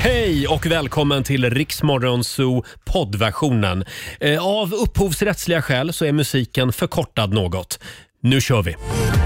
Hej och välkommen till Riksmorgon Zoo poddversionen. Av upphovsrättsliga skäl så är musiken förkortad något. Nu kör vi!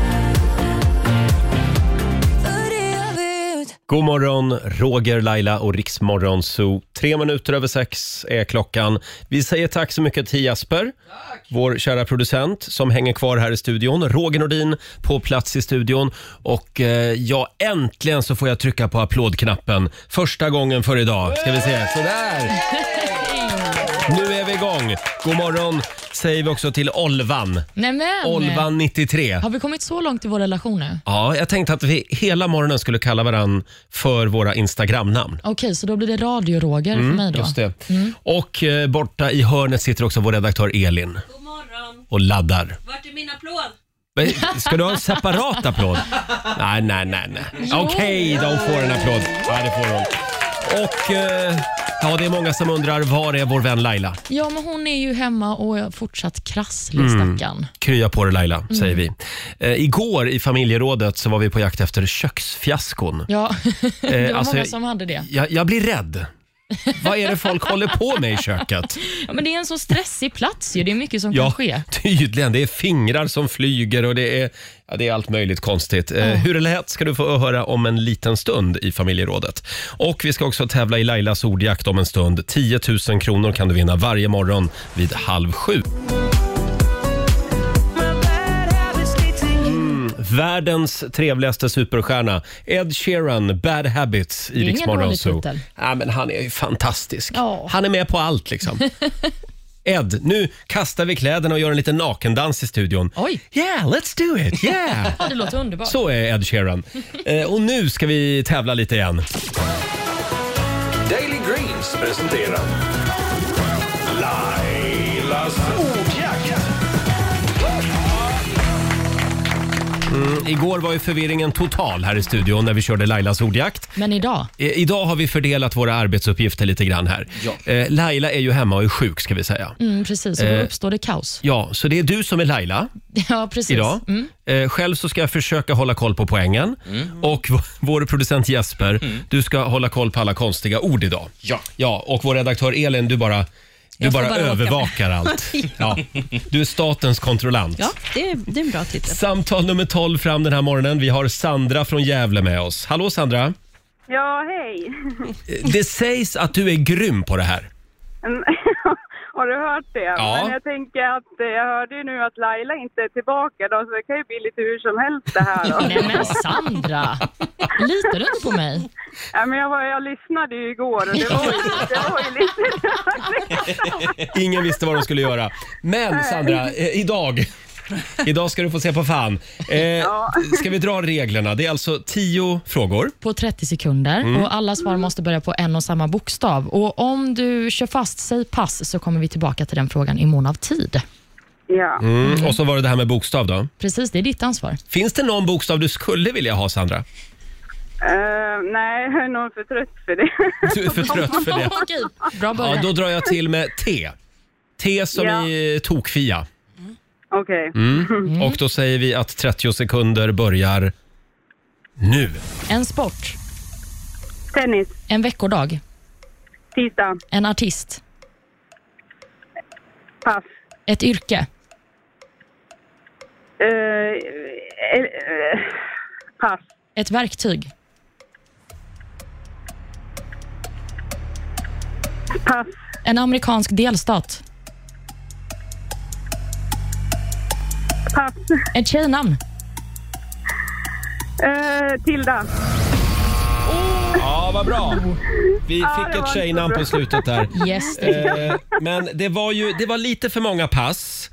God morgon, Roger, Laila och Riksmorgon Zoo. 6:03 är klockan. Vi säger tack så mycket till Jesper, vår kära producent som hänger kvar här i studion. Roger Nordin på plats i studion. Och äntligen så får jag trycka på applådknappen. Första gången för idag. Ska vi se, sådär! Nu är vi igång. God morgon säger vi också till Olvan. Nämen. Olvan 93. Har vi kommit så långt i vår relation nu? Ja, jag tänkte att vi hela morgonen skulle kalla varann för våra Instagram-namn. Okej, så då blir det Radio Roger för mig då. Just det. Och borta i hörnet sitter också vår redaktör Elin. God morgon. Och laddar. Vart är min applåd? Ska du ha en separat applåd? Nej. Okej, de får en applåd. Ja, det får de. Och det är många som undrar, var är vår vän Laila? Ja, men hon är ju hemma och är fortsatt krasslig, stackarn. Krya på dig Laila, säger vi. Igår i familjerådet så var vi på jakt efter köksfiaskon. Ja, det var många som hade det. Jag blir rädd. Vad är det folk håller på med i köket? Ja, men det är en så stressig plats ju. Det är mycket som kan ske. Tydligen. Det är fingrar som flyger och det är allt möjligt konstigt. Hur det lät ska du få höra om en liten stund i familjerådet. Och vi ska också tävla i Lailas ordjakt om en stund. 10 000 kronor kan du vinna varje morgon vid 6:30. Världens trevligaste superstjärna Ed Sheeran, Bad Habits i Riksmorgon Zoo. Ja, men han är ju fantastisk. Oh. Han är med på allt liksom. Ed, nu kastar vi kläderna och gör en liten nakendans i studion. Oj. Yeah, let's do it. Yeah. Det låter underbart. Så är Ed Sheeran. Och nu ska vi tävla lite igen. Daily Greens presenterar Lailas ordjakt. Igår var ju förvirringen total här i studion när vi körde Lailas ordjakt. Men idag? Idag har vi fördelat våra arbetsuppgifter lite grann här. Ja. Laila är ju hemma och är sjuk, ska vi säga. Precis, och då uppstår det kaos. Ja, så det är du som är Laila. Ja, precis. Idag. Själv så ska jag försöka hålla koll på poängen. Och vår producent Jesper, du ska hålla koll på alla konstiga ord idag. Ja, och vår redaktör Elin, du bara övervakar allt. Ja. Du är statens kontrollant. Ja, det är en bra titel. Samtal nummer 12 fram den här morgonen. Vi har Sandra från Gävle med oss. Hallå Sandra. Ja, hej. Det sägs att du är grym på det här. Har du hört det? Ja. Men jag tänker att jag hörde ju nu att Laila inte är tillbaka då, så det kan ju bli lite hur som helst det här då. Nej men Sandra, litar du inte på mig? Ja, men jag lyssnade ju igår och det var ju lite... Ingen visste vad de skulle göra. Men Sandra, idag ska du få se på fan. Ska vi dra reglerna? Det är alltså 10 frågor. På 30 sekunder och alla svar måste börja på en och samma bokstav. Och om du kör fast, säg pass, så kommer vi tillbaka till den frågan i mån av tid. Ja. Och så var det här med bokstav då. Precis, det är ditt ansvar. Finns det någon bokstav du skulle vilja ha, Sandra? Nej, jag är nog för trött för det. Du är för trött för det. Okej, bra början. Ja, då drar jag till med T. T som i tokfia. Okej. Och då säger vi att 30 sekunder börjar nu. En sport. Tennis. En veckodag. Tisdag. En artist. Pass. Ett yrke. Pass. Ett verktyg. Pass. En amerikansk delstat. Pass. Ett tjejnamn. Tilda. Ja, vad bra. Vi det fick var ett tjejnamn på slutet där. Yes. Men det var lite för många pass.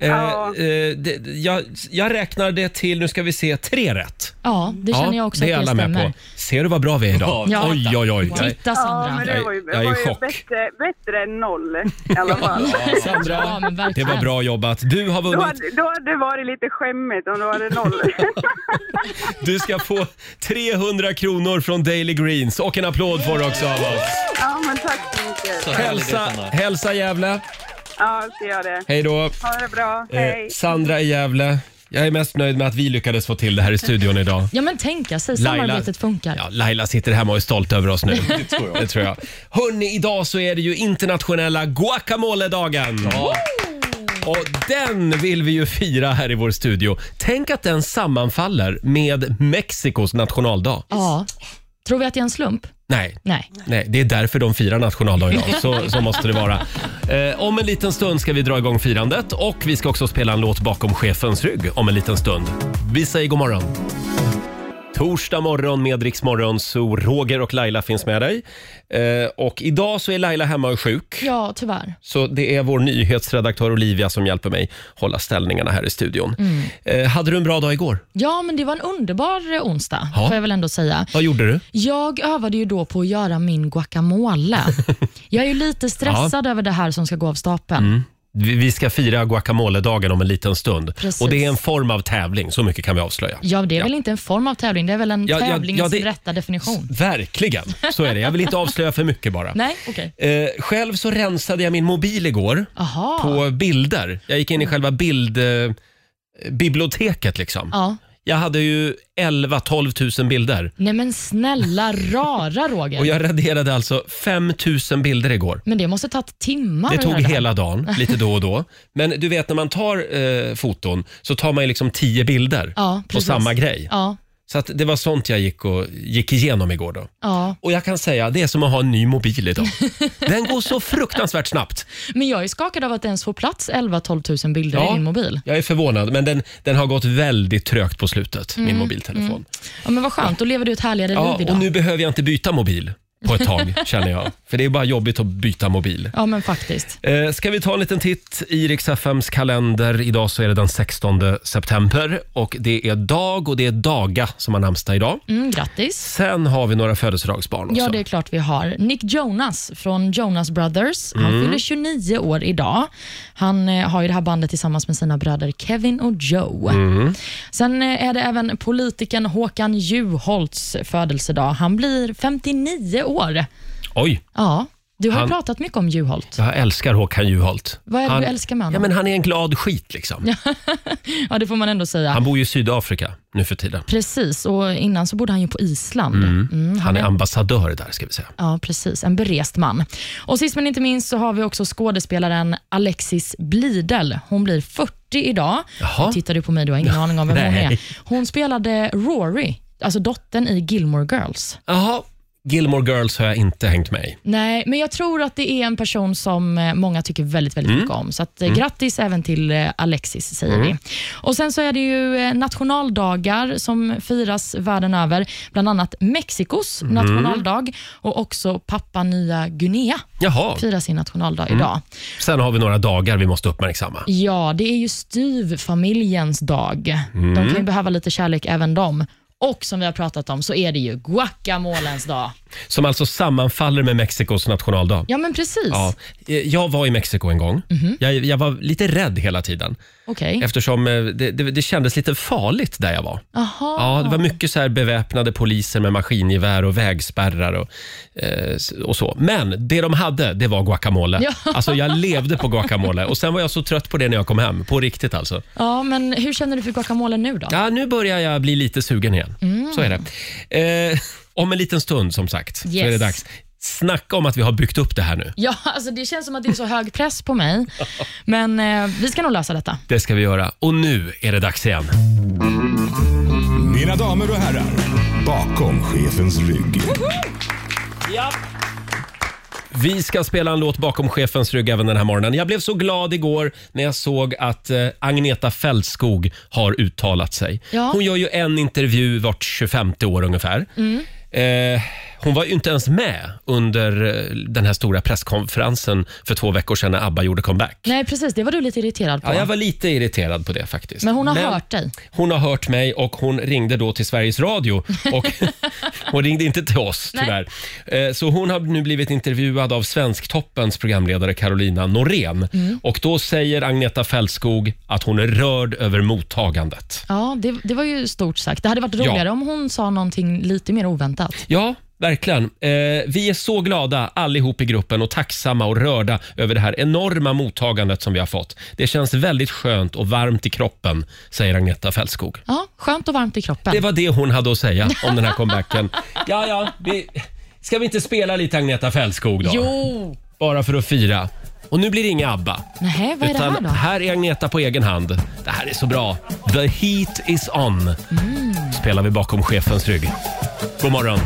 Jag räknar det till, nu ska vi se, 3 rätt. Ja, det känner jag också det är att det alla med stämmer. på. Ser du vad bra vi är idag? Ja. Oj. Titta Sandra. Ja, men det var ju, Jag är i chock. bättre än 0 i alla fall. Sandra, Ja, men det verkligen. var bra jobbat. Du har Då vunnit. hade det varit lite skämmigt om det var 0. Du ska få 300 kronor från Daily Greens och en applåd får du också av oss. Ja, men tack så mycket. Hälsa Gävle. Ja, ska jag det. Hej då. Ha det bra. Hej. Sandra i Gävle. Jag är mest nöjd med att vi lyckades få till det här i studion idag. Ja, men tänka sig, samarbetet funkar. Ja, Laila sitter hemma och är stolt över oss nu. Det tror jag. Hörrni, idag så är det ju internationella guacamole-dagen. Ja. Och den vill vi ju fira här i vår studio. Tänk att den sammanfaller med Mexikos nationaldag. Ja. Tror vi att det är en slump? Nej, det är därför de firar nationaldag idag. Så måste det vara. Om en liten stund ska vi dra igång firandet och vi ska också spela en låt bakom chefens rygg om en liten stund. Vi säger god morgon. Torsdag morgon med Rix Morgon, så Roger och Laila finns med dig. Och idag så är Laila hemma och sjuk. Ja, tyvärr. Så det är vår nyhetsredaktör Olivia som hjälper mig hålla ställningarna här i studion. Hade du en bra dag igår? Ja, men det var en underbar onsdag, får jag väl ändå säga. Vad gjorde du? Jag övade ju då på att göra min guacamole. Jag är ju lite stressad över det här som ska gå av stapeln. Vi ska fira guacamole-dagen om en liten stund. Precis. Och det är en form av tävling, så mycket kan vi avslöja. Ja, det är väl inte en form av tävling, det är väl en tävlingens rätta definition. Verkligen, så är det. Jag vill inte avslöja för mycket bara. Nej, okej. Själv så rensade jag min mobil igår på bilder. Jag gick in i själva bildbiblioteket liksom. Ja. Jag hade ju 11-12 000 bilder. Nej men snälla rara Roger. Och jag raderade alltså 5 000 bilder igår. Men det måste ta timmar. Det tog hela dagen, lite då och då. Men du vet, när man tar foton så tar man ju liksom 10 bilder på samma grej. Ja. Så att det var sånt jag gick igenom igår då. Ja. Och jag kan säga, det är som att ha en ny mobil idag. Den går så fruktansvärt snabbt. Men jag är skakad av att ens få plats 11-12 000 bilder i din mobil. Jag är förvånad, men den har gått väldigt trögt på slutet, min mobiltelefon. Ja, men vad skönt, då lever du ett härligare liv idag. Och nu behöver jag inte byta mobil på ett tag, känner jag. För det är bara jobbigt att byta mobil. Ja, men faktiskt. Ska vi ta en liten titt i Rix FMs kalender. Idag så är det den 16 september. Och det är Dag och det är Daga som har namnsdag idag. Grattis. Sen har vi några födelsedagsbarn också. Ja, det är klart vi har. Nick Jonas från Jonas Brothers. Han fyller 29 år idag. Han har ju det här bandet tillsammans med sina bröder Kevin och Joe. Sen är det även politikern Håkan Juholts födelsedag. Han blir 59 år. Oj. Ja, du har pratat mycket om Juholt. Jag älskar Håkan Juholt. Vad är det du älskar med honom? Ja, men han är en glad skit liksom. Ja, det får man ändå säga. Han bor ju i Sydafrika nu för tiden. Precis, och innan så bodde han ju på Island. Han är ambassadör där, ska vi säga. Ja, precis. En berest man. Och sist men inte minst så har vi också skådespelaren Alexis Bledel. Hon blir 40 idag. Jaha. Tittar du på mig, du har ingen aning om vem hon är. Hon spelade Rory, alltså dottern i Gilmore Girls. Jaha. Gilmore Girls har jag inte hängt med i. Nej, men jag tror att det är en person som många tycker väldigt, väldigt mycket om. Så att, grattis även till Alexis, säger vi. Och sen så är det ju nationaldagar som firas världen över. Bland annat Mexikos nationaldag och också Papua Nya Guinea firar sin nationaldag idag. Sen har vi några dagar vi måste uppmärksamma. Ja, det är ju styvfamiljens dag. De kan ju behöva lite kärlek även de. Och som vi har pratat om så är det ju guacamolens dag. Som alltså sammanfaller med Mexikos nationaldag. Ja, men precis. Ja, jag var i Mexiko en gång. Jag var lite rädd hela tiden. Okay. Eftersom det kändes lite farligt där jag var. Aha. Ja, det var mycket så här beväpnade poliser med maskingevär och vägspärrar och så. Men det de hade, det var guacamole. Ja. Alltså jag levde på guacamole. Och sen var jag så trött på det när jag kom hem. På riktigt alltså. Ja, men hur känner du för guacamole nu då? Ja, nu börjar jag bli lite sugen igen. Så är det. Om en liten stund som sagt så är det dags. Snacka om att vi har byggt upp det här nu. Ja, alltså det känns som att det är så hög press på mig. Men vi ska nog lösa detta. Det ska vi göra. Och nu är det dags igen. Mina damer och herrar, bakom chefens rygg. Ja. Vi ska spela en låt bakom chefens rygg även den här morgonen. Jag blev så glad igår när jag såg att Agneta Fältskog har uttalat sig. Ja. Hon gör ju en intervju vart 25:e år ungefär. Hon var ju inte ens med under den här stora presskonferensen för 2 veckor sedan när ABBA gjorde comeback. Nej, precis. Det var du lite irriterad på. Ja, jag var lite irriterad på det faktiskt. Men hon har hört dig. Hon har hört mig och hon ringde då till Sveriges Radio. Och hon ringde inte till oss, tyvärr. Så hon har nu blivit intervjuad av Svensktoppens programledare Carolina Norén. Och då säger Agneta Fältskog att hon är rörd över mottagandet. Ja, det var ju stort sagt. Det hade varit roligare om hon sa någonting lite mer oväntat. Ja, Verkligen. Vi är så glada allihop i gruppen och tacksamma och rörda över det här enorma mottagandet som vi har fått. Det känns väldigt skönt och varmt i kroppen, säger Agneta Fältskog. Ja, skönt och varmt i kroppen. Det var det hon hade att säga om den här comebacken. Ska vi inte spela lite Agneta Fältskog då? Jo! Bara för att fira. Och nu blir det inga ABBA. Nej, vad är det här då? Här är Agneta på egen hand. Det här är så bra. The heat is on. Spelar vi bakom chefens rygg. God morgon.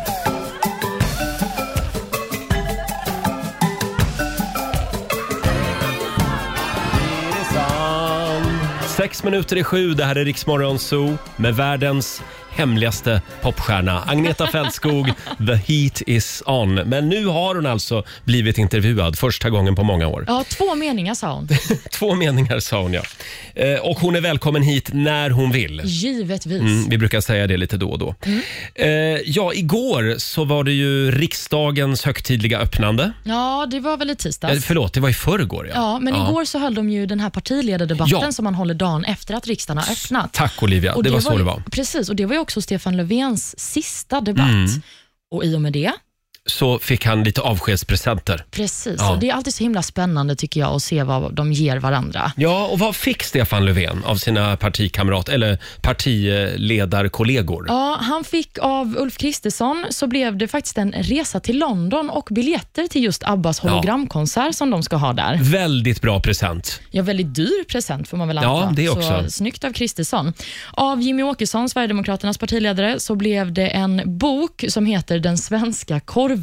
Sex minuter i 7, det här är Rix Morgon Zoo med världens hemligaste popstjärna Agneta Fältskog. The heat is on. Men nu har hon alltså blivit intervjuad första gången på många år. Ja, 2 meningar sa hon. 2 meningar sa hon, ja. Och hon är välkommen hit när hon vill. Givetvis. Vi brukar säga det lite då och då. Ja, igår så var det ju riksdagens högtidliga öppnande. Ja, det var väl i tisdags. Förlåt, det var i förrgår. Ja, men igår så höll de ju den här partiledardebatten som man håller dagen efter att riksdagen har öppnat. Tack Olivia, och det var så det var. Precis, och det var ju också Stefan Löfvens sista debatt. Och i och med det så fick han lite avskedspresenter. Precis, och det är alltid så himla spännande tycker jag att se vad de ger varandra. Ja, och vad fick Stefan Löfven av sina partikamrater eller partiledarkollegor? Ja, han fick av Ulf Kristersson så blev det faktiskt en resa till London och biljetter till just Abbas hologramkonsert som de ska ha där. Väldigt bra present. Ja, väldigt dyr present får man väl anta. Ja, det också. Så snyggt av Kristersson. Av Jimmy Åkesson, Sverigedemokraternas partiledare, så blev det en bok som heter Den svenska korvresan.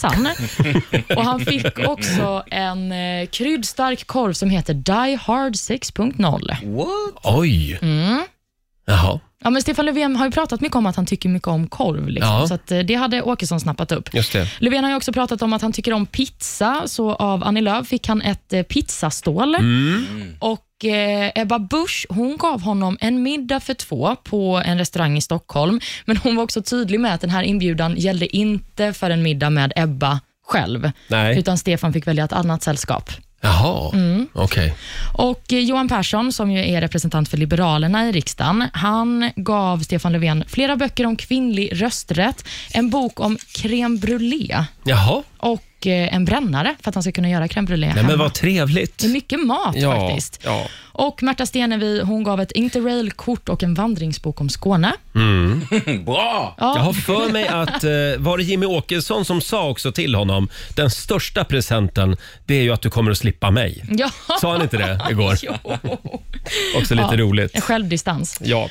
Och han fick också en kryddstark korv som heter Die Hard 6.0. What? Oj. Jaha. Ja, men Stefan Löfven har ju pratat mycket om att han tycker mycket om korv. Liksom, så att det hade Åkesson snappat upp. Just det. Löfven har ju också pratat om att han tycker om pizza. Så av Annie Lööf fick han ett pizzastål. Och Ebba Busch, hon gav honom en middag för 2 på en restaurang i Stockholm. Men hon var också tydlig med att den här inbjudan gällde inte för en middag med Ebba själv. Nej. Utan Stefan fick välja ett annat sällskap. Jaha, okej. Och Johan Persson, som ju är representant för Liberalerna i riksdagen, han gav Stefan Löfven flera böcker om kvinnlig rösträtt, en bok om crème brûlée. Jaha. Och en brännare för att han ska kunna göra crème brûlée hemma. Men vad trevligt. Det är mycket mat faktiskt. Ja. Och Märta Stenevi, hon gav ett Interrail-kort och en vandringsbok om Skåne. Bra! Ja. Jag har för mig att var det Jimmy Åkesson som sa också till honom, den största presenten, det är ju att du kommer att slippa mig. Ja. Sa han inte det igår? Också lite roligt. En självdistans. Ja,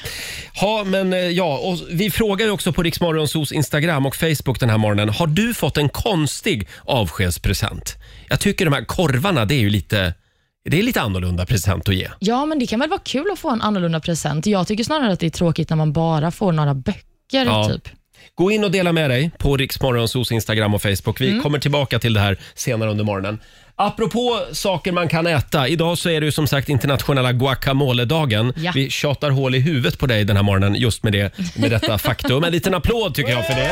och vi frågar ju också på Rix Morgonzoos Instagram och Facebook den här morgonen. Har du fått en konstig avskedspresent? Jag tycker de här korvarna, det är lite annorlunda present att ge. Ja, men det kan väl vara kul att få en annorlunda present. Jag tycker snarare att det är tråkigt när man bara får några böcker typ. Gå in och dela med dig på Rix Morgonzoos Instagram och Facebook. Vi kommer tillbaka till det här senare under morgonen. Apropå saker man kan äta. Idag så är det ju som sagt internationella guacamole-dagen. Ja. Vi tjatar hål i huvudet på dig den här morgonen just med detta faktum. En liten applåd tycker jag för det.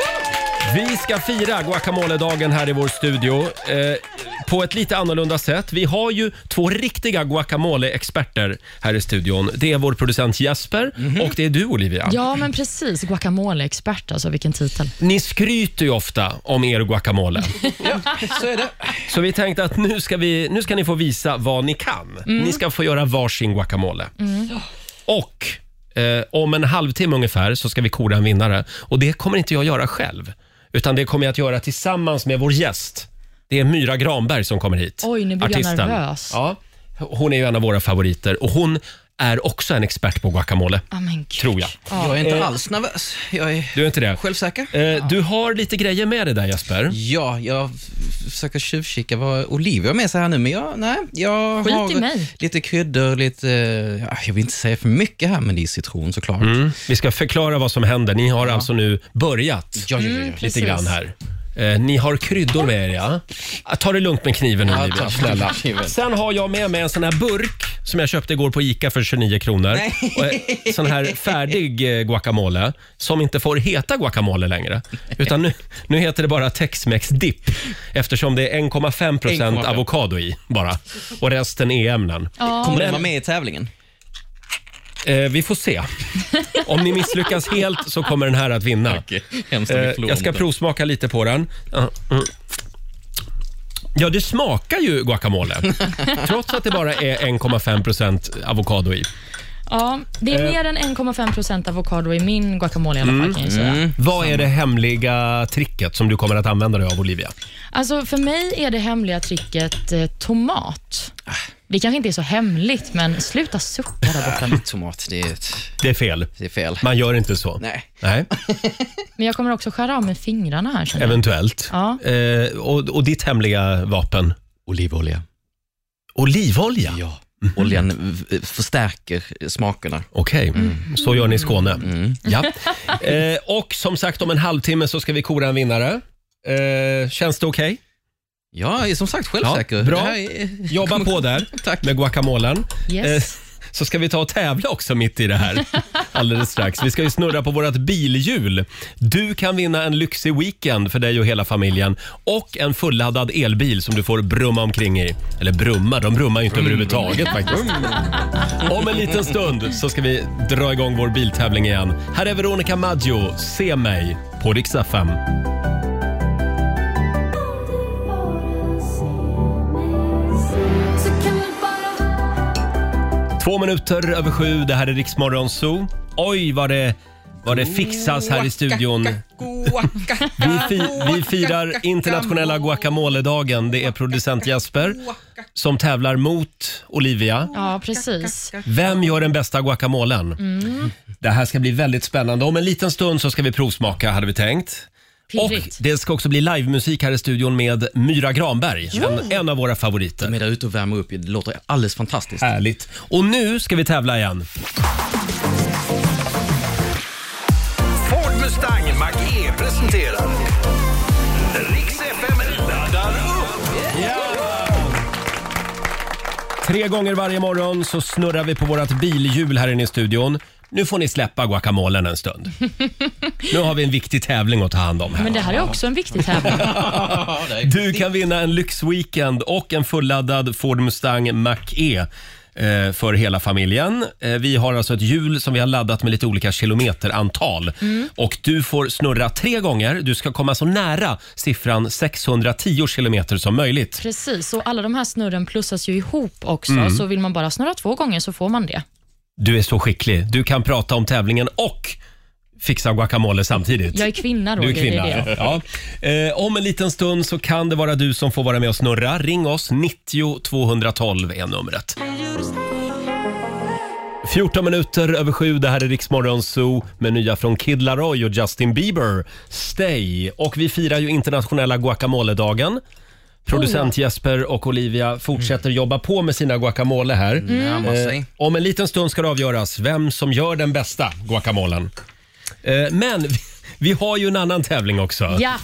Vi ska fira guacamole-dagen här i vår studio på ett lite annorlunda sätt. Vi har ju 2 riktiga guacamole-experter här i studion. Det är vår producent Jesper och det är du Olivia. Ja, men precis. Guacamole-expert, alltså vilken titel. Ni skryter ju ofta om er guacamole. Ja, så är det. Så vi tänkte att nu ska ni få visa vad ni kan. Ni ska få göra varsin guacamole. Och om en halvtimme ungefär så ska vi kora en vinnare. Och det kommer inte jag göra själv. Utan det kommer jag att göra tillsammans med vår gäst. Det är Myra Granberg som kommer hit. Oj, nu blir jag nervös. Ja, hon är ju en av våra favoriter. Och hon är också en expert på guacamole. Tror jag. Jag är inte alls nervös. Du är inte det? Självsäker. Du har lite grejer med dig där Jesper. Ja, jag försöker tjuvkika vad Olivia har med sig här nu. Men jag har lite kryddor, jag vill inte säga för mycket här, men det är citron såklart. Vi ska förklara vad som händer. Ni har alltså nu börjat lite grann här. Ni har kryddor med er, ja. Ta det lugnt med kniven nu, Olivia, snälla. Sen har jag med mig en sån här burk som jag köpte igår på Ica för 29 kronor. Och sån här färdig guacamole som inte får heta guacamole längre. Utan nu heter det bara Tex-Mex dip eftersom det är 1,5% avokado i bara. Och resten är ämnen. Kommer den vara med i tävlingen? Vi får se. Om ni misslyckas helt så kommer den här att vinna. Jag ska provsmaka lite på den. Ja, det smakar ju guacamole. Trots att det bara är 1,5% avokado i. Ja, det är mer än 1,5% avokado i min guacamole i alla fall, kan jag säga. Vad är det hemliga tricket som du kommer att använda dig av, Olivia? Alltså, för mig är det hemliga tricket tomat. Det kanske inte är så hemligt, men sluta sucka där borta. Tomat, det är fel. Det är fel. Man gör inte så. Nej. Men jag kommer också skära av med fingrarna här. Eventuellt. Ja. Och ditt hemliga vapen? Olivolja. Olivolja? Ja. Oljan förstärker smakerna. Okej, så gör ni i Skåne. Ja. Och som sagt, om en halvtimme så ska vi kora en vinnare. Känns det okej? Ja, som sagt, självsäker. Ja, bra. Jobba på där med guacamolen. Yes. Så ska vi ta och tävla också mitt i det här alldeles strax. Vi ska ju snurra på vårt bilhjul. Du kan vinna en lyxig weekend för dig och hela familjen och en fulladdad elbil som du får brumma omkring i. Eller brumma, de brummar ju inte överhuvudtaget faktiskt. Om en liten stund så ska vi dra igång vår biltävling igen. Här är Veronica Maggio, Se mig på Rix FM. 7:02. Det här är Rix Morgon Zoo. Oj, vad det fixas här i studion. Vi firar internationella guacamole-dagen. Det är producent Jesper som tävlar mot Olivia. Ja, precis. Vem gör den bästa guacamolen? Det här ska bli väldigt spännande. Om en liten stund så ska vi provsmaka, hade vi tänkt. Pirrigt. Och det ska också bli livemusik här i studion med Myra Granberg, en av våra favoriter. De är där ute och värmer upp, det låter alldeles fantastiskt. Härligt. Och nu ska vi tävla igen. Ford Mustang Mach-E presenterar Rix FM laddar upp. Ja! 3 gånger varje morgon så snurrar vi på vårt bilhjul här inne i studion. Nu får ni släppa guacamolen en stund. Nu har vi en viktig tävling att ta hand om här. Men det här är också en viktig tävling. Du kan vinna en lyxweekend och en fulladdad Ford Mustang Mach-E för hela familjen. Vi har alltså ett hjul som vi har laddat med lite olika kilometerantal. Och du får snurra 3 gånger. Du ska komma så nära siffran 610 kilometer som möjligt. Precis, och alla de här snurren plussas ju ihop också. Så vill man bara snurra 2 gånger så får man det. Du är så skicklig. Du kan prata om tävlingen och fixa guacamole samtidigt. Jag är kvinna, Roger. Du är kvinna. Det är det. Ja. Om en liten stund så kan det vara du som får vara med och snurra. Ring oss, 90 212 är numret. 7:14. Det här är Rix Morgon Zoo med nya från Kid Laroi och Justin Bieber, Stay. Och vi firar ju internationella guacamole-dagen. Producent Jesper och Olivia fortsätter jobba på med sina guacamole här. Om en liten stund ska det avgöras vem som gör den bästa guacamolen. Men vi har ju en annan tävling också. Ja.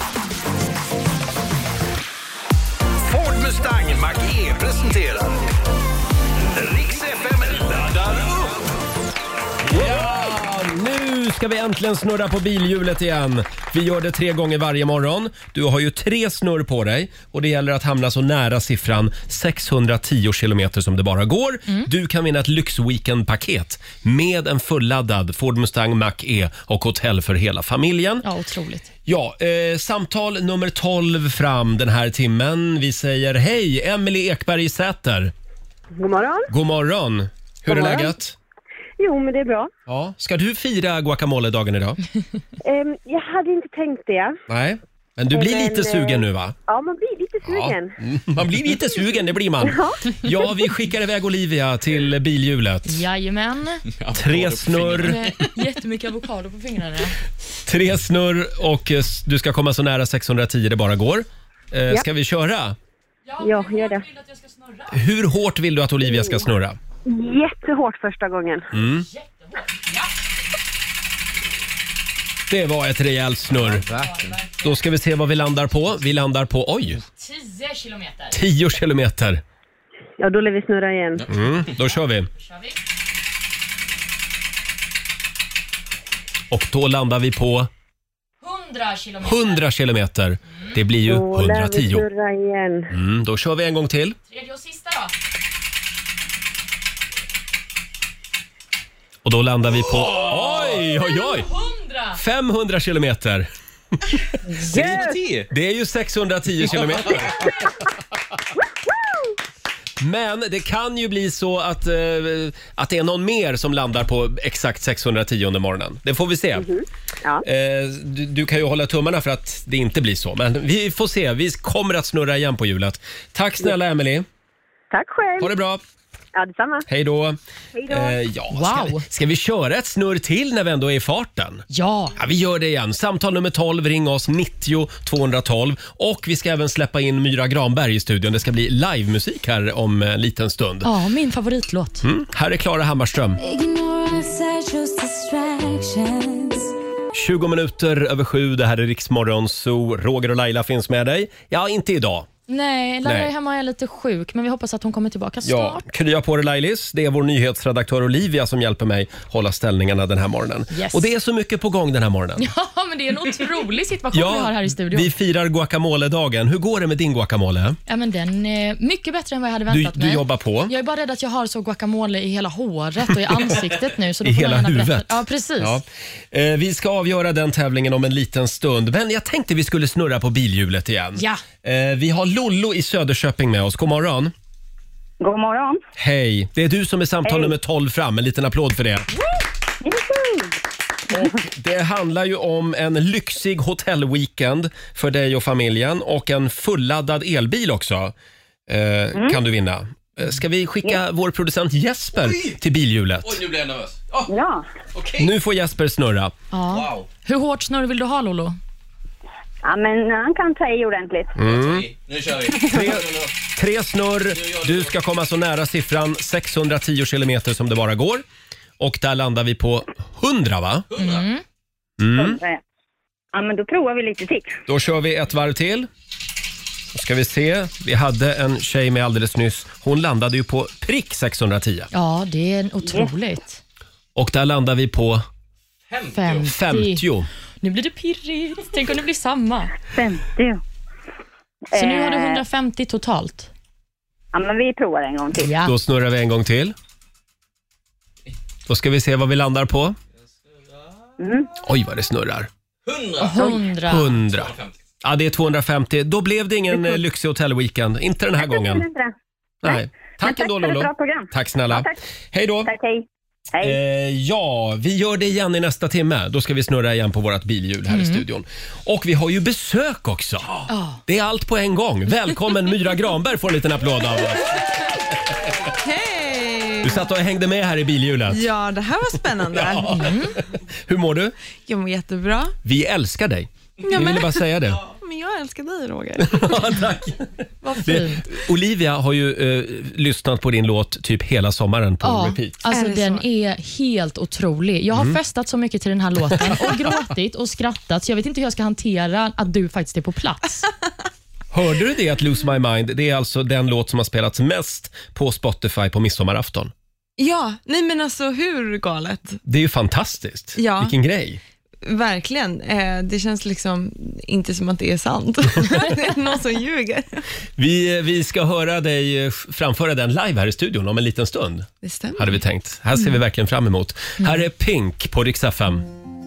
Ford Mustang Mach-E presenterar Rix FM laddar upp. Ja, nu ska vi äntligen snurra på bilhjulet igen. Vi gör det 3 gånger varje morgon. Du har ju 3 snurr på dig och det gäller att hamna så nära siffran 610 kilometer som det bara går. Du kan vinna ett lyxweekendpaket med en fulladdad Ford Mustang Mach-E och hotell för hela familjen. Ja, otroligt. Ja, samtal nummer 12 fram den här timmen. Vi säger hej, Emily Ekberg i Säter. God morgon. God morgon. Hur är läget? Jo, men det är bra. Ja. Ska du fira guacamole-dagen idag? Jag hade inte tänkt det. Nej, men du blir lite sugen nu, va? Ja, man blir lite sugen. Ja. Man blir lite sugen, det blir man. Ja, vi skickar iväg Olivia till bilhjulet. Jajamän. 3 snurr. Jättemycket avokado på fingrarna. 3 snurr och du ska komma så nära 610 det bara går. Ska vi köra? Ja, gör det. Hur hårt vill du att Olivia ska snurra? Jättehårt första gången. Det var ett rejält snurr. Då ska vi se vad vi landar på. Vi landar på, 10 kilometer. 10 kilometer. Ja, då lär vi snurra igen. Då kör vi. Och då landar vi på 100 kilometer. Det blir ju 110. Då lär vi snurra igen. Då kör vi en gång till. 3:e och sista då. Och då landar vi på... Oj! 500 kilometer. 610. Det är ju 610 kilometer. Men det kan ju bli så att det är någon mer som landar på exakt 610 under morgonen. Det får vi se. Ja. Du kan ju hålla tummarna för att det inte blir så. Men vi får se. Vi kommer att snurra igen på hjulet. Tack snälla Emily. Tack själv. Ha det bra. Ja, detsamma. Hej då. Hej då. Ska vi köra ett snurr till när vi ändå är i farten? Ja. Vi gör det igen. Samtal nummer 12, ring oss 90 212. Och vi ska även släppa in Myra Granberg i studion. Det ska bli livemusik här om en liten stund. Ja, min favoritlåt. Här är Klara Hammarström. 20 minuter över 7, det här är Rix Morgon Zoo. Roger och Laila finns med dig. Ja, inte idag. Nej, Laila är hemma och är lite sjuk, men vi hoppas att hon kommer tillbaka snart. Ja, krya på dig Lailis. Det är vår nyhetsredaktör Olivia som hjälper mig hålla ställningarna den här morgonen. Yes. Och det är så mycket på gång den här morgonen. Ja, men det är en otrolig situation vi har här i studion. Vi firar guacamole-dagen. Hur går det med din guacamole? Ja, men den är mycket bättre än vad jag hade väntat mig. Du jobbar på? Jag är bara rädd att jag har så guacamole i hela håret och i ansiktet nu. Så då I får hela huvudet? Ja, precis. Ja. Vi ska avgöra den tävlingen om en liten stund. Men jag tänkte vi skulle snurra på bilhjulet igen. Ja. Vi har Lollo i Söderköping med oss. God morgon. God morgon. Hej. Det är du som är samtal nummer 12 fram. En liten applåd för det. Och det handlar ju om en lyxig hotellweekend för dig och familjen och en fulladdad elbil också kan du vinna. Ska vi skicka vår producent Jesper till bilhjulet? Oj, nu blir jag nervös. Ja. Okay. Nu får Jesper snurra. Ja. Wow. Hur hårt snurr vill du ha, Lolo? Ja, men han kan ta i ordentligt. Nu kör vi. Tre snurr. Du ska komma så nära siffran 610 kilometer som det bara går. Och där landar vi på 100, va? 100. Ja, men då provar vi lite till. Då kör vi ett varv till. Då ska vi se. Vi hade en tjej med alldeles nyss. Hon landade ju på prick 610. Ja, det är otroligt. Och där landar vi på 50. Nu blir det pirrigt. Tänk om det blir samma. 50. Så nu har du 150 totalt. Ja, men vi provar en gång till. Ja. Då snurrar vi en gång till. Då ska vi se vad vi landar på. Oj, vad det snurrar. 100. Ja, det är 250. Då blev det ingen lyxig hotellweekend. Inte den här gången. Nej. Tack ändå, Lolo. Tack snälla. Ja, tack. Hej då. Tack, hej. Ja, vi gör det igen i nästa timme. Då ska vi snurra igen på vårt bilhjul här i studion. Och vi har ju besök också. Det är allt på en gång. Välkommen Myra Granberg, får en liten applåd av oss. Hej! Du satt och hängde med här i bilhjulet. Ja, det här var spännande. Ja. Hur mår du? Jag mår jättebra. Vi älskar dig. Jag ville bara säga det. Men jag älskar dig, Roger. Ja, tack. Vad fint. Olivia har ju lyssnat på din låt typ hela sommaren på repeat. Alltså Är det den så? är helt otrolig. Jag har festat så mycket till den här låten och gråtit och skrattat så jag vet inte hur jag ska hantera att du faktiskt är på plats. Hörde du det att Lose My Mind, det är alltså den låt som har spelats mest på Spotify på midsommarafton? Ja, nej men alltså hur galet? Det är ju fantastiskt. Ja. Vilken grej. Verkligen. Det känns liksom inte som att det är sant. Det är någon som ljuger. Vi ska höra dig framföra den live här i studion om en liten stund. Det stämmer. Hade vi tänkt. Här ser vi verkligen fram emot. Här är Pink på Rix FM.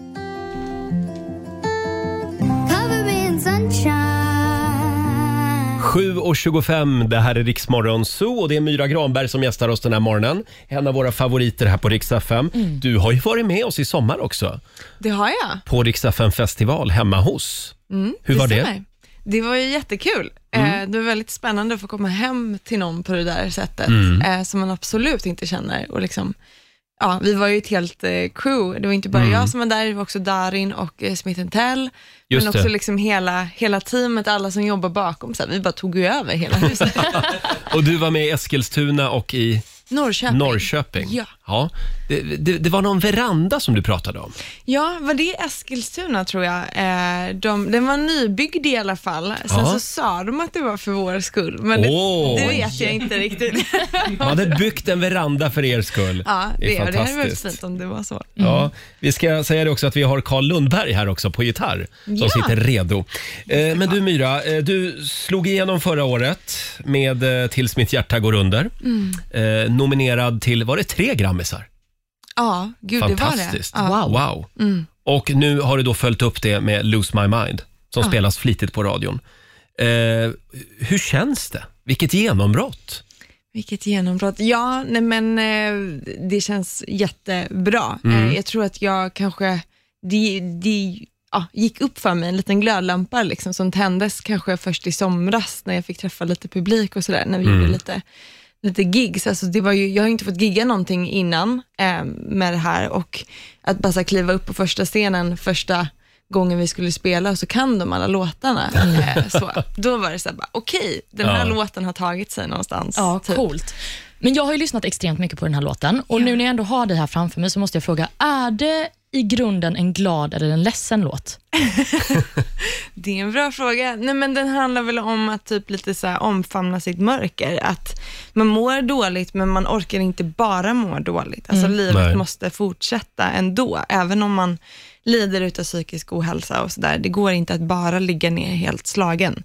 7:25, det här är Rix Morgon Zoo och det är Myra Granberg som gästar oss den här morgonen. En av våra favoriter här på Rix FM. Du har ju varit med oss i sommar också. Det har jag. På Rix FM festival hemma hos. Hur var det? Stämmer. Det var ju jättekul. Det var väldigt spännande att få komma hem till någon på det där sättet som man absolut inte känner. Och liksom, ja, vi var ju ett helt crew. Det var inte bara jag som var där, det var också Darin och Smith & Tell. Just men också det. liksom hela teamet, alla som jobbar bakom. Så här, vi bara tog ju över hela huset. Och du var med i Eskilstuna och i Norrköping. Ja. Det var någon veranda som du pratade om. Ja, var det Eskilstuna tror jag. Den var nybyggd i alla fall. Sen så sa de att det var för vår skull. Men det vet jag inte riktigt. De hade byggt en veranda för er skull. Ja, det hade varit fantastiskt. fint om det var så. Ja, vi ska säga det också att vi har Carl Lundberg här också på gitarr som sitter redo. Men du Myra, du slog igenom förra året med Tills mitt hjärta går under. Nominerad till, var det 3 grammisar? Ja, gud Fantastiskt. det var det. Wow. Och nu har du då följt upp det med Lose My Mind som spelas flitigt på radion. Hur känns det? Vilket genombrott? Vilket genombrott. Ja, nej men det känns jättebra. Jag tror att jag kanske gick upp för mig en liten glödlampa liksom, som tändes kanske först i somras när jag fick träffa lite publik och sådär, när vi gjorde lite gigs. Alltså det var ju, jag har inte fått gigga någonting innan med det här, och att bara kliva upp på första scenen första gången vi skulle spela och så kan de alla låtarna. Så, då var det så här, okej, den här låten har tagit sig någonstans. Ja, coolt. Men jag har ju lyssnat extremt mycket på den här låten och nu när jag ändå har det här framför mig så måste jag fråga, är det i grunden en glad eller en ledsen låt? Det är en bra fråga. Nej, men den handlar väl om att typ lite så här omfamna sitt mörker. Att man mår dåligt men man orkar inte bara må dåligt. Alltså livet måste fortsätta ändå. Även om man lider utav psykisk ohälsa och sådär. Det går inte att bara ligga ner helt slagen.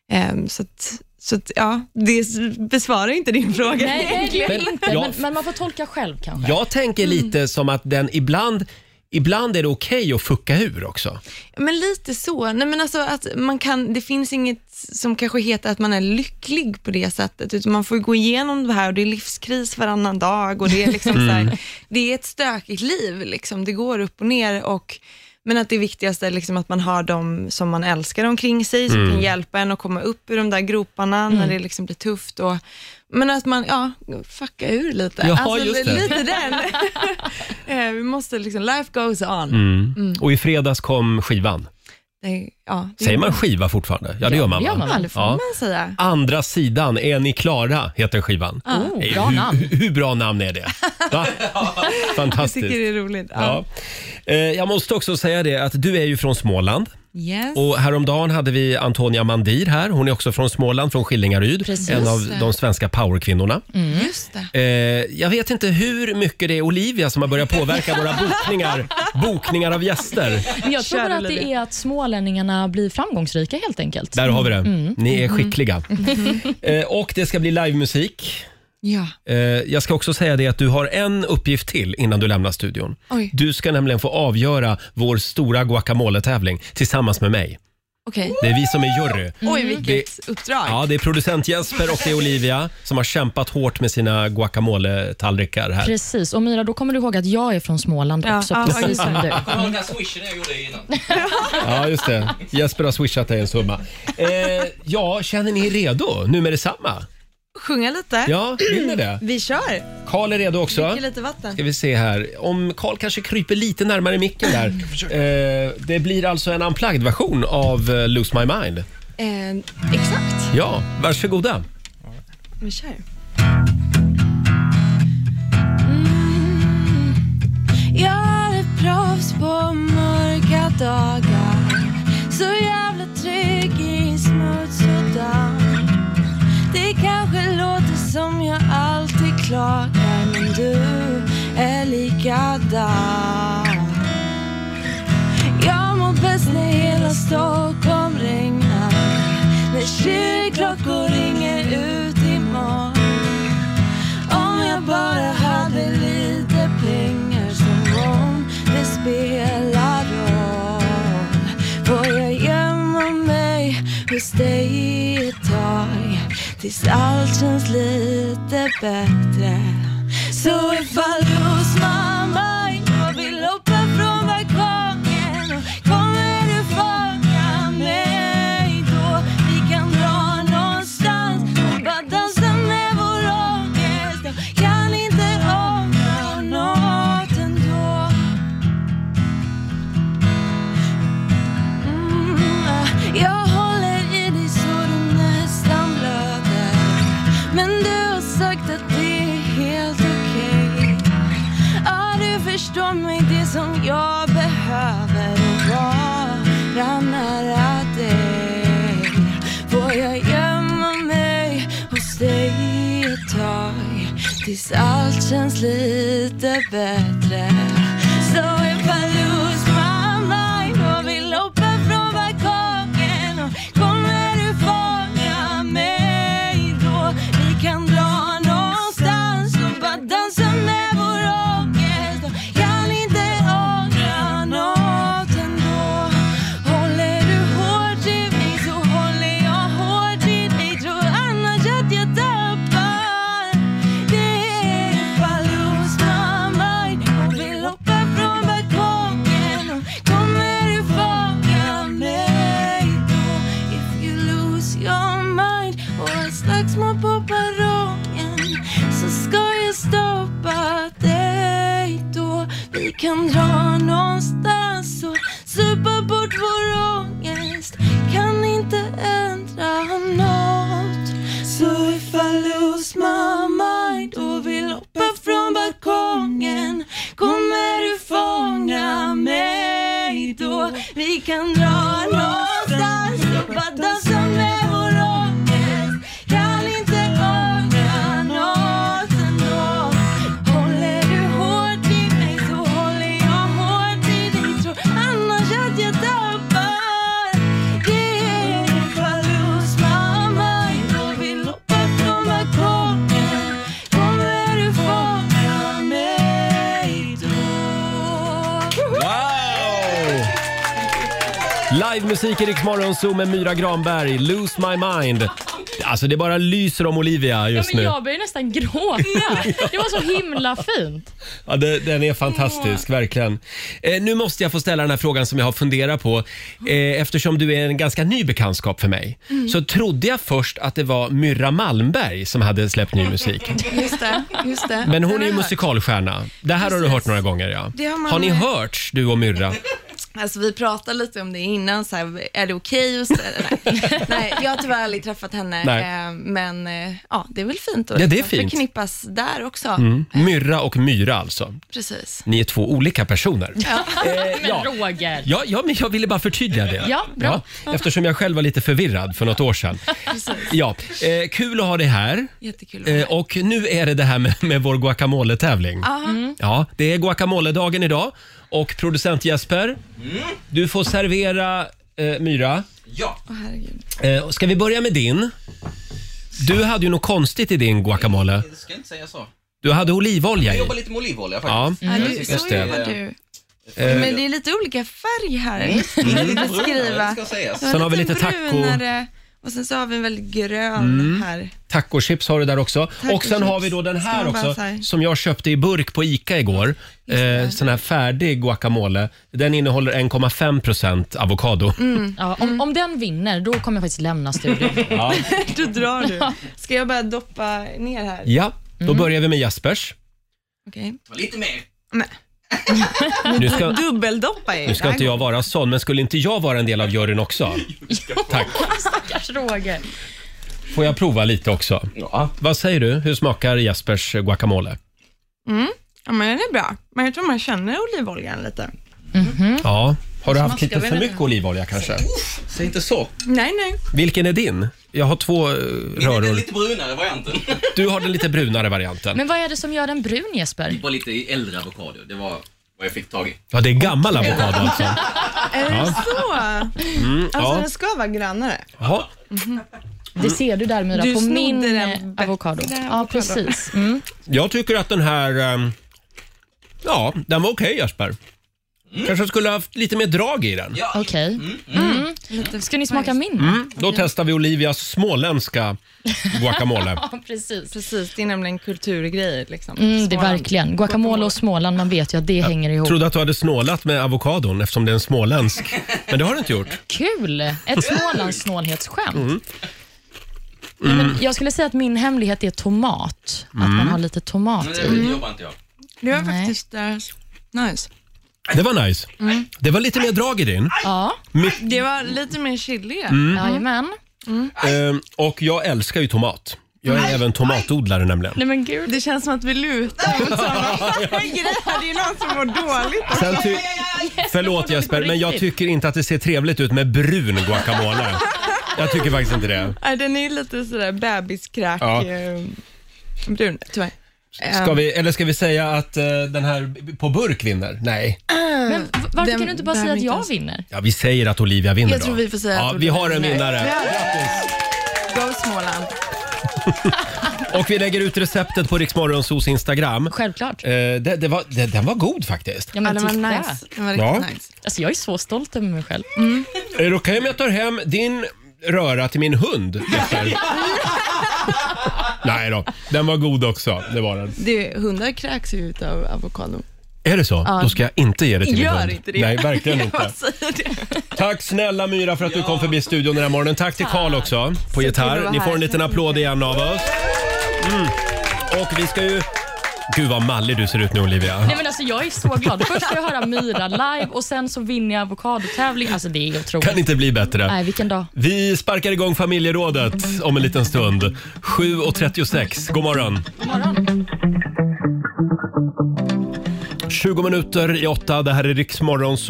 Så att, ja, det besvarar inte din fråga. Nej, egentligen inte. Men man får tolka själv kanske. Jag tänker lite som att den ibland är det okej att fucka ur också. Men lite så. Nej, men alltså att det finns inget som kanske heter att man är lycklig på det sättet, utan man får gå igenom det här och det är livskris varannan dag och det är liksom så här, det är ett stökigt liv liksom. Det går upp och ner, men att det viktigaste är liksom att man har dem som man älskar omkring sig som kan hjälpa en att komma upp ur de där groparna när det liksom blir tufft. Men att man, fucka ur lite. Ja, alltså, just det. Lite den. Vi måste liksom, life goes on. Och i fredags kom skivan. Säger man skiva fortfarande? Ja, det gör man. Det får man säga. Andra sidan, är ni klara, heter skivan. Bra namn. Hur bra namn är det? Va? Fantastiskt. Jag tycker det är roligt. Ja. Jag måste också säga det att du är ju från Småland. Yes. Och häromdagen hade vi Antonia Mandir här. Hon är också från Småland, från Skillingaryd. Precis. En av de svenska powerkvinnorna. Just det. Jag vet inte hur mycket det är Olivia som har börjat påverka våra bokningar av gäster. Jag tror bara att det är att smålänningarna blir framgångsrika helt enkelt. Där har vi det. Ni är skickliga. Och det ska bli livemusik. Ja. Jag ska också säga det att du har en uppgift till innan du lämnar studion. Oj. Du ska nämligen få avgöra vår stora guacamole-tävling tillsammans med mig. Okay. Det är vi som är jury. Oj, vilket uppdrag. Ja, det är producent Jesper och det är Olivia som har kämpat hårt med sina guacamole-tallrikar här. Precis, och Mira, då kommer du ihåg att jag är från Småland också, precis som du. Jag kommer ihåg den här swishen jag gjorde innan. Ja, just det. Jesper har swishat dig en summa. Känner ni redo nu med detsamma? Sjunga lite. Ja, vill ni det? Vi kör. Karl är redo också. Dricker lite vatten. Ska vi se här. Om Karl kanske kryper lite närmare micken där. Det blir alltså en unplugged-version av Lose My Mind. Exakt. Ja, varsågoda. Vi kör. Jag är proffs på mörka dagar, så jävla trygg i smuts och damm. Det kanske låter som jag alltid klagar, men du är likadan. Jag mår bäst när hela Stockholm regnar, när kyrkklockor ringer ut imorgon. Om jag bara hade lite pengar, som om det spelar roll. Får jag gömma mig hos dig ett tag, tills allt känns lite bättre. Så ifall lose my mind och vill hoppa från balkongen, och kommer du fånga mig då? Vi kan dra någonstans och bara dansa med vår ångest. Jag kan inte ångra något ändå. Jag håller i dig så du nästan blöder, men du har sagt att det är helt okej. Ja, du förstår mig, det som jag behöver vara nära dig. Får jag gömma mig hos dig ett tag, tills allt känns lite bättre. Så ifall lose my mind och vill hoppa från balkongen, och kommer du fånga mig då? Vi kan dra någonstans och bara dansa med vår ångest. drar någonstans upp att dansa med vår ångest. Kan inte ångra något ändå. Håller du hårt i mig så håller jag hårt i dig. Tror annars att jag tappar. Det är ifall lose my mind och vill hoppa från balkongen. Kommer du fånga mig då? Wow! Livemusik i Rix Morgon Zoo med Myra Granberg, Lose My Mind. Alltså det bara lyser om Olivia just men nu. jag börjar nästan gråta. Det var så himla fint. Ja, den är fantastisk, verkligen. Nu måste jag få ställa den här frågan som jag har funderat på. Eftersom du är en ganska ny bekantskap för mig, så trodde jag först att det var Myrra Malmberg som hade släppt ny musik. Just det. Men hon är ju musikalstjärna. Det här har du hört några gånger, ja. Det har man- Har ni hört, du och Myrra? Alltså vi pratade lite om det innan, så här, är det okej att Nej, jag har tyvärr aldrig träffat henne. Men ja, det är väl fint att Ja, det är fint. förknippas där också. Myrra och Myra alltså. Precis. Ni är två olika personer. Men Roger. Ja, men jag ville bara förtydliga det. Ja, bra. Eftersom jag själv var lite förvirrad för något år sedan. Ja, kul att ha det här. Jättekul. Och nu är det här med vår guacamole-tävling. Ja, det är guacamole-dagen idag. Och producent Jesper, du får servera Myra. Ja. Herregud. Ska vi börja med din? Du hade ju något konstigt i din guacamole. Det ska jag inte säga så. Du hade olivolja Jag i. jobbar lite med olivolja Ja, faktiskt. Så jobbar du. Men det är lite olika färg här. Beskriva. Det ska sägas. Sen har vi lite taco. Brunare, och sen så har vi en väldigt grön här. Tacochips har du där också. Och sen har vi då den här Ska man bara också så här? som jag köpte i burk på Ica igår. Sån här färdig guacamole. Den innehåller 1,5% avokado. Ja, om den vinner, då kommer jag faktiskt lämna studion. Ja. Då drar du. Ska jag bara doppa ner här? Ja, då börjar vi med Jaspers. Okej. Lite mer. Nu ska, Dubbeldoppa i. nu ska inte jag vara sån, men skulle inte jag vara en del av juryn också? Tack. Stackars Roger. Får jag prova lite också? Ja. Vad säger du? Hur smakar Jaspers guacamole? Ja, men den är bra. Men jag tror man känner olivoljan lite. Ja. Har du haft Smakar lite vi för den? mycket olivolja kanske? Säg inte så. Nej. Vilken är din? Jag har två Min är den röror. lite brunare varianten. Du har den lite brunare varianten. Men vad är det som gör den brun, Jesper? Det var lite äldre avokado. Det var vad jag fick tag i. Ja, det är gammal avokado alltså. Är det så? Alltså ja. den ska vara grannare. Jaha. Det ser du där, Myra, Du på snodde min den avokado. bättre Ja, avokado. precis. Jag tycker att den här... ja, den var okej, Jesper. Kanske skulle ha haft lite mer drag i den. Ja. Okej. Ska ni smaka min? Då testar vi Olivias småländska guacamole. Ja, precis. Precis, det är nämligen kulturgrejer liksom. Det är Småland. verkligen. Guacamole och Småland, man vet ju att det hänger ihop. Trodde att du hade snålat med avokadon eftersom det är en småländsk. Men det har du inte gjort. Kul! Ett Smålandssnålhetsskämt. Men jag skulle säga att min hemlighet är tomat. Att man har lite tomat Men i. det jobbar inte jag. Det var Nej. faktiskt nice. Det var nice. Det var lite mer drag i din. Ja, Det var lite mer chili. jajamän. Och jag älskar ju tomat. Jag är även tomatodlare nämligen. Nej men gud. Det känns som att vi lutar mot samma grej. Det är ju någon som mår dåligt. Sen förlåt Jesper, men jag tycker inte att det ser trevligt ut med brun guacamole. Jag tycker faktiskt inte det. Nej, den är lite sådär bebiskräk. Ja. Brun, tyvärr. Ska vi säga att den här på burk vinner? Nej. Men varför Den kan du inte bara behöver säga att inte jag ens- vinner? Ja, vi säger att Olivia vinner Jag då. tror vi får säga ja, att vi Olivia har en vinner. vinnare. Go Småland. Och vi lägger ut receptet på Rix Morgonzos Instagram. Självklart. Den var god faktiskt. Ja, Ja, men den var titta. nice. Den var Ja. riktigt nice. Alltså, jag är så stolt över mig själv. Är det okej om jag tar hem din röra till min hund? Jesper? Nej då, den var god också. Det var den. Hundar kräks ju ut av avokado. Är det så? Ja. Då ska jag inte ge det till min Gör hund. inte det. Nej, verkligen Jag inte. bara säger det. Tack snälla Myra för att du kom förbi studion den här morgonen. Tack till Karl också på kul gitarr. att vara Ni får här. en liten Tack så applåd mycket. igen av oss. Och vi ska ju... Gud vad mallig du ser ut nu Olivia. Nej, men alltså, jag är så glad. Först får jag höra Myra live och sen så vinner jag avokadotävling. Alltså det är otroligt. Kan inte bli bättre. Nej, vilken dag. Vi sparkar igång familjerådet om en liten stund. 7:36. God morgon. God morgon. 20 minuter i 8. Det här är Rix Morgonzoo.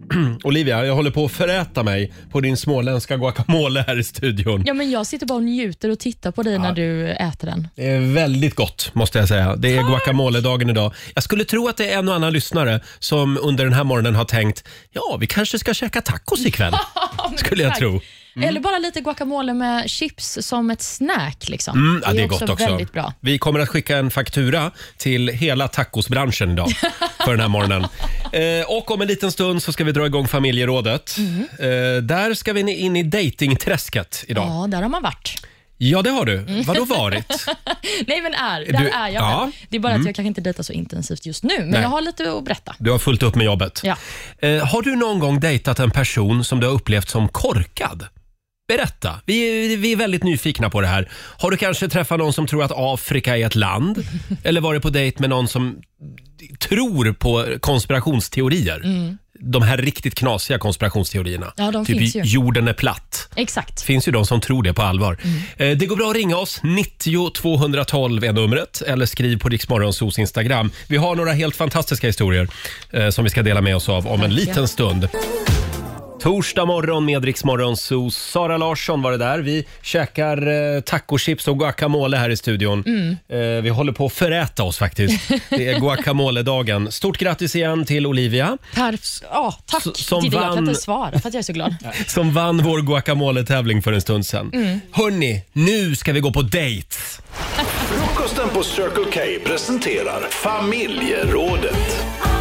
Olivia, jag håller på att föräta mig på din småländska guacamole här i studion. Ja, men jag sitter bara och njuter och tittar på dig när du äter den. Det är väldigt gott, måste jag säga. Det är guacamole-dagen idag. Jag skulle tro att det är en och annan lyssnare som under den här morgonen har tänkt, ja, vi kanske ska käka tacos ikväll. Skulle jag tro. Eller bara lite guacamole med chips som ett snack. Liksom. Ja, det är gott också. Väldigt bra. Vi kommer att skicka en faktura till hela tacosbranschen idag för den här morgonen. Och om en liten stund så ska vi dra igång familjerådet. Där ska vi in i datingträsket idag. Ja, där har man varit. Ja, det har du. Vadå varit? Nej, men där är jag. Ja. Det är bara att jag kanske inte dejtar så intensivt just nu, men jag har lite att berätta. Du har fullt upp med jobbet. Ja. Har du någon gång dejtat en person som du har upplevt som korkad? Berätta. Vi är väldigt nyfikna på det här. Har du kanske träffat någon som tror att Afrika är ett land? Eller var du på dejt med någon som tror på konspirationsteorier? De här riktigt knasiga konspirationsteorierna. Ja, de typ finns ju. Jorden är platt. Exakt. Finns ju de som tror det på allvar. Det går bra att ringa oss. 90 212 är numret. Eller skriv på Rix Morgonzos Instagram. Vi har några helt fantastiska historier som vi ska dela med oss av om en liten stund. Torsdag morgon med Rix Morgonzoo. Sara Larsson var det där. Vi käkar tacochips och guacamole här i studion. Vi håller på att föräta oss faktiskt. Det är guacamole-dagen. Stort grattis igen till Olivia. Tack. Jag kan inte svara för att jag är så glad. Som vann vår guacamole-tävling för en stund sedan. Hörrni, nu ska vi gå på dates. Frukosten på Circle K presenterar familjerådet.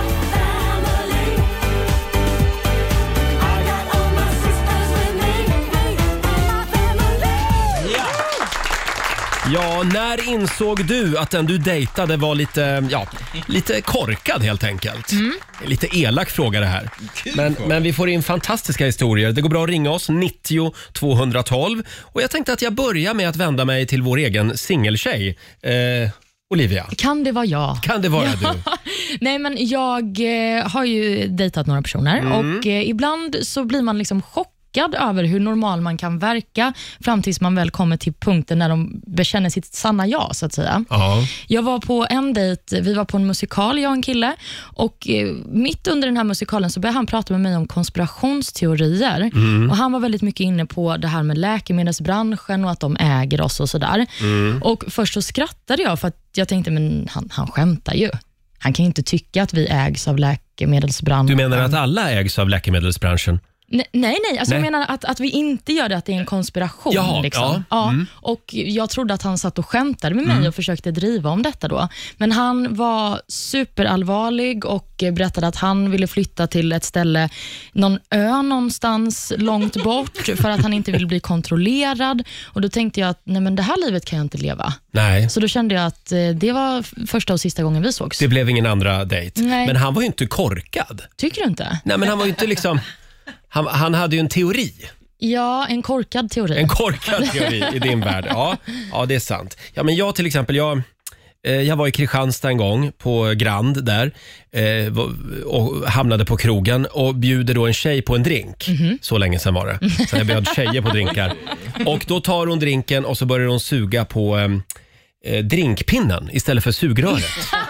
Ja, när insåg du att den du dejtade var lite korkad helt enkelt? Lite elak fråga det här. Men vi får in fantastiska historier. Det går bra att ringa oss, 90 212. Och jag tänkte att jag börjar med att vända mig till vår egen singeltjej. Olivia. Kan det vara jag? Kan det vara du? Nej, men jag har ju dejtat några personer och ibland så blir man liksom chockad över hur normal man kan verka fram tills man väl kommer till punkten när de bekänner sitt sanna ja, så att säga. Jag var på en dejt, vi var på en musikal, jag och en kille, och mitt under den här musikalen så började han prata med mig om konspirationsteorier och han var väldigt mycket inne på det här med läkemedelsbranschen och att de äger oss och sådär. Och först så skrattade jag för att jag tänkte, men han skämtar ju. Han kan ju inte tycka att vi ägs av läkemedelsbranschen. Du menar att alla ägs av läkemedelsbranschen? Nej. Alltså jag menar att vi inte gör det, att det är en konspiration. Jaha, liksom. Och jag trodde att han satt och skämtade med mig och försökte driva om detta då. Men han var superallvarlig och berättade att han ville flytta till ett ställe, någon ö någonstans långt bort, för att han inte vill bli kontrollerad. Och då tänkte jag att nej, men det här livet kan jag inte leva. Nej. Så då kände jag att det var första och sista gången vi sågs. Det blev ingen andra dejt. Nej. Men han var ju inte korkad. Tycker du inte? Nej, men han var ju inte liksom... Han hade ju en teori. Ja, en korkad teori. En korkad teori i din värld. Ja, det är sant. Ja, men jag till exempel, jag var i Kristianstad en gång på Grand där och hamnade på krogen och bjuder då en tjej på en drink. Så länge sedan var det. Så jag bjöd tjejer på drinkar. Och då tar hon drinken och så börjar hon suga på drinkpinnen istället för sugröret.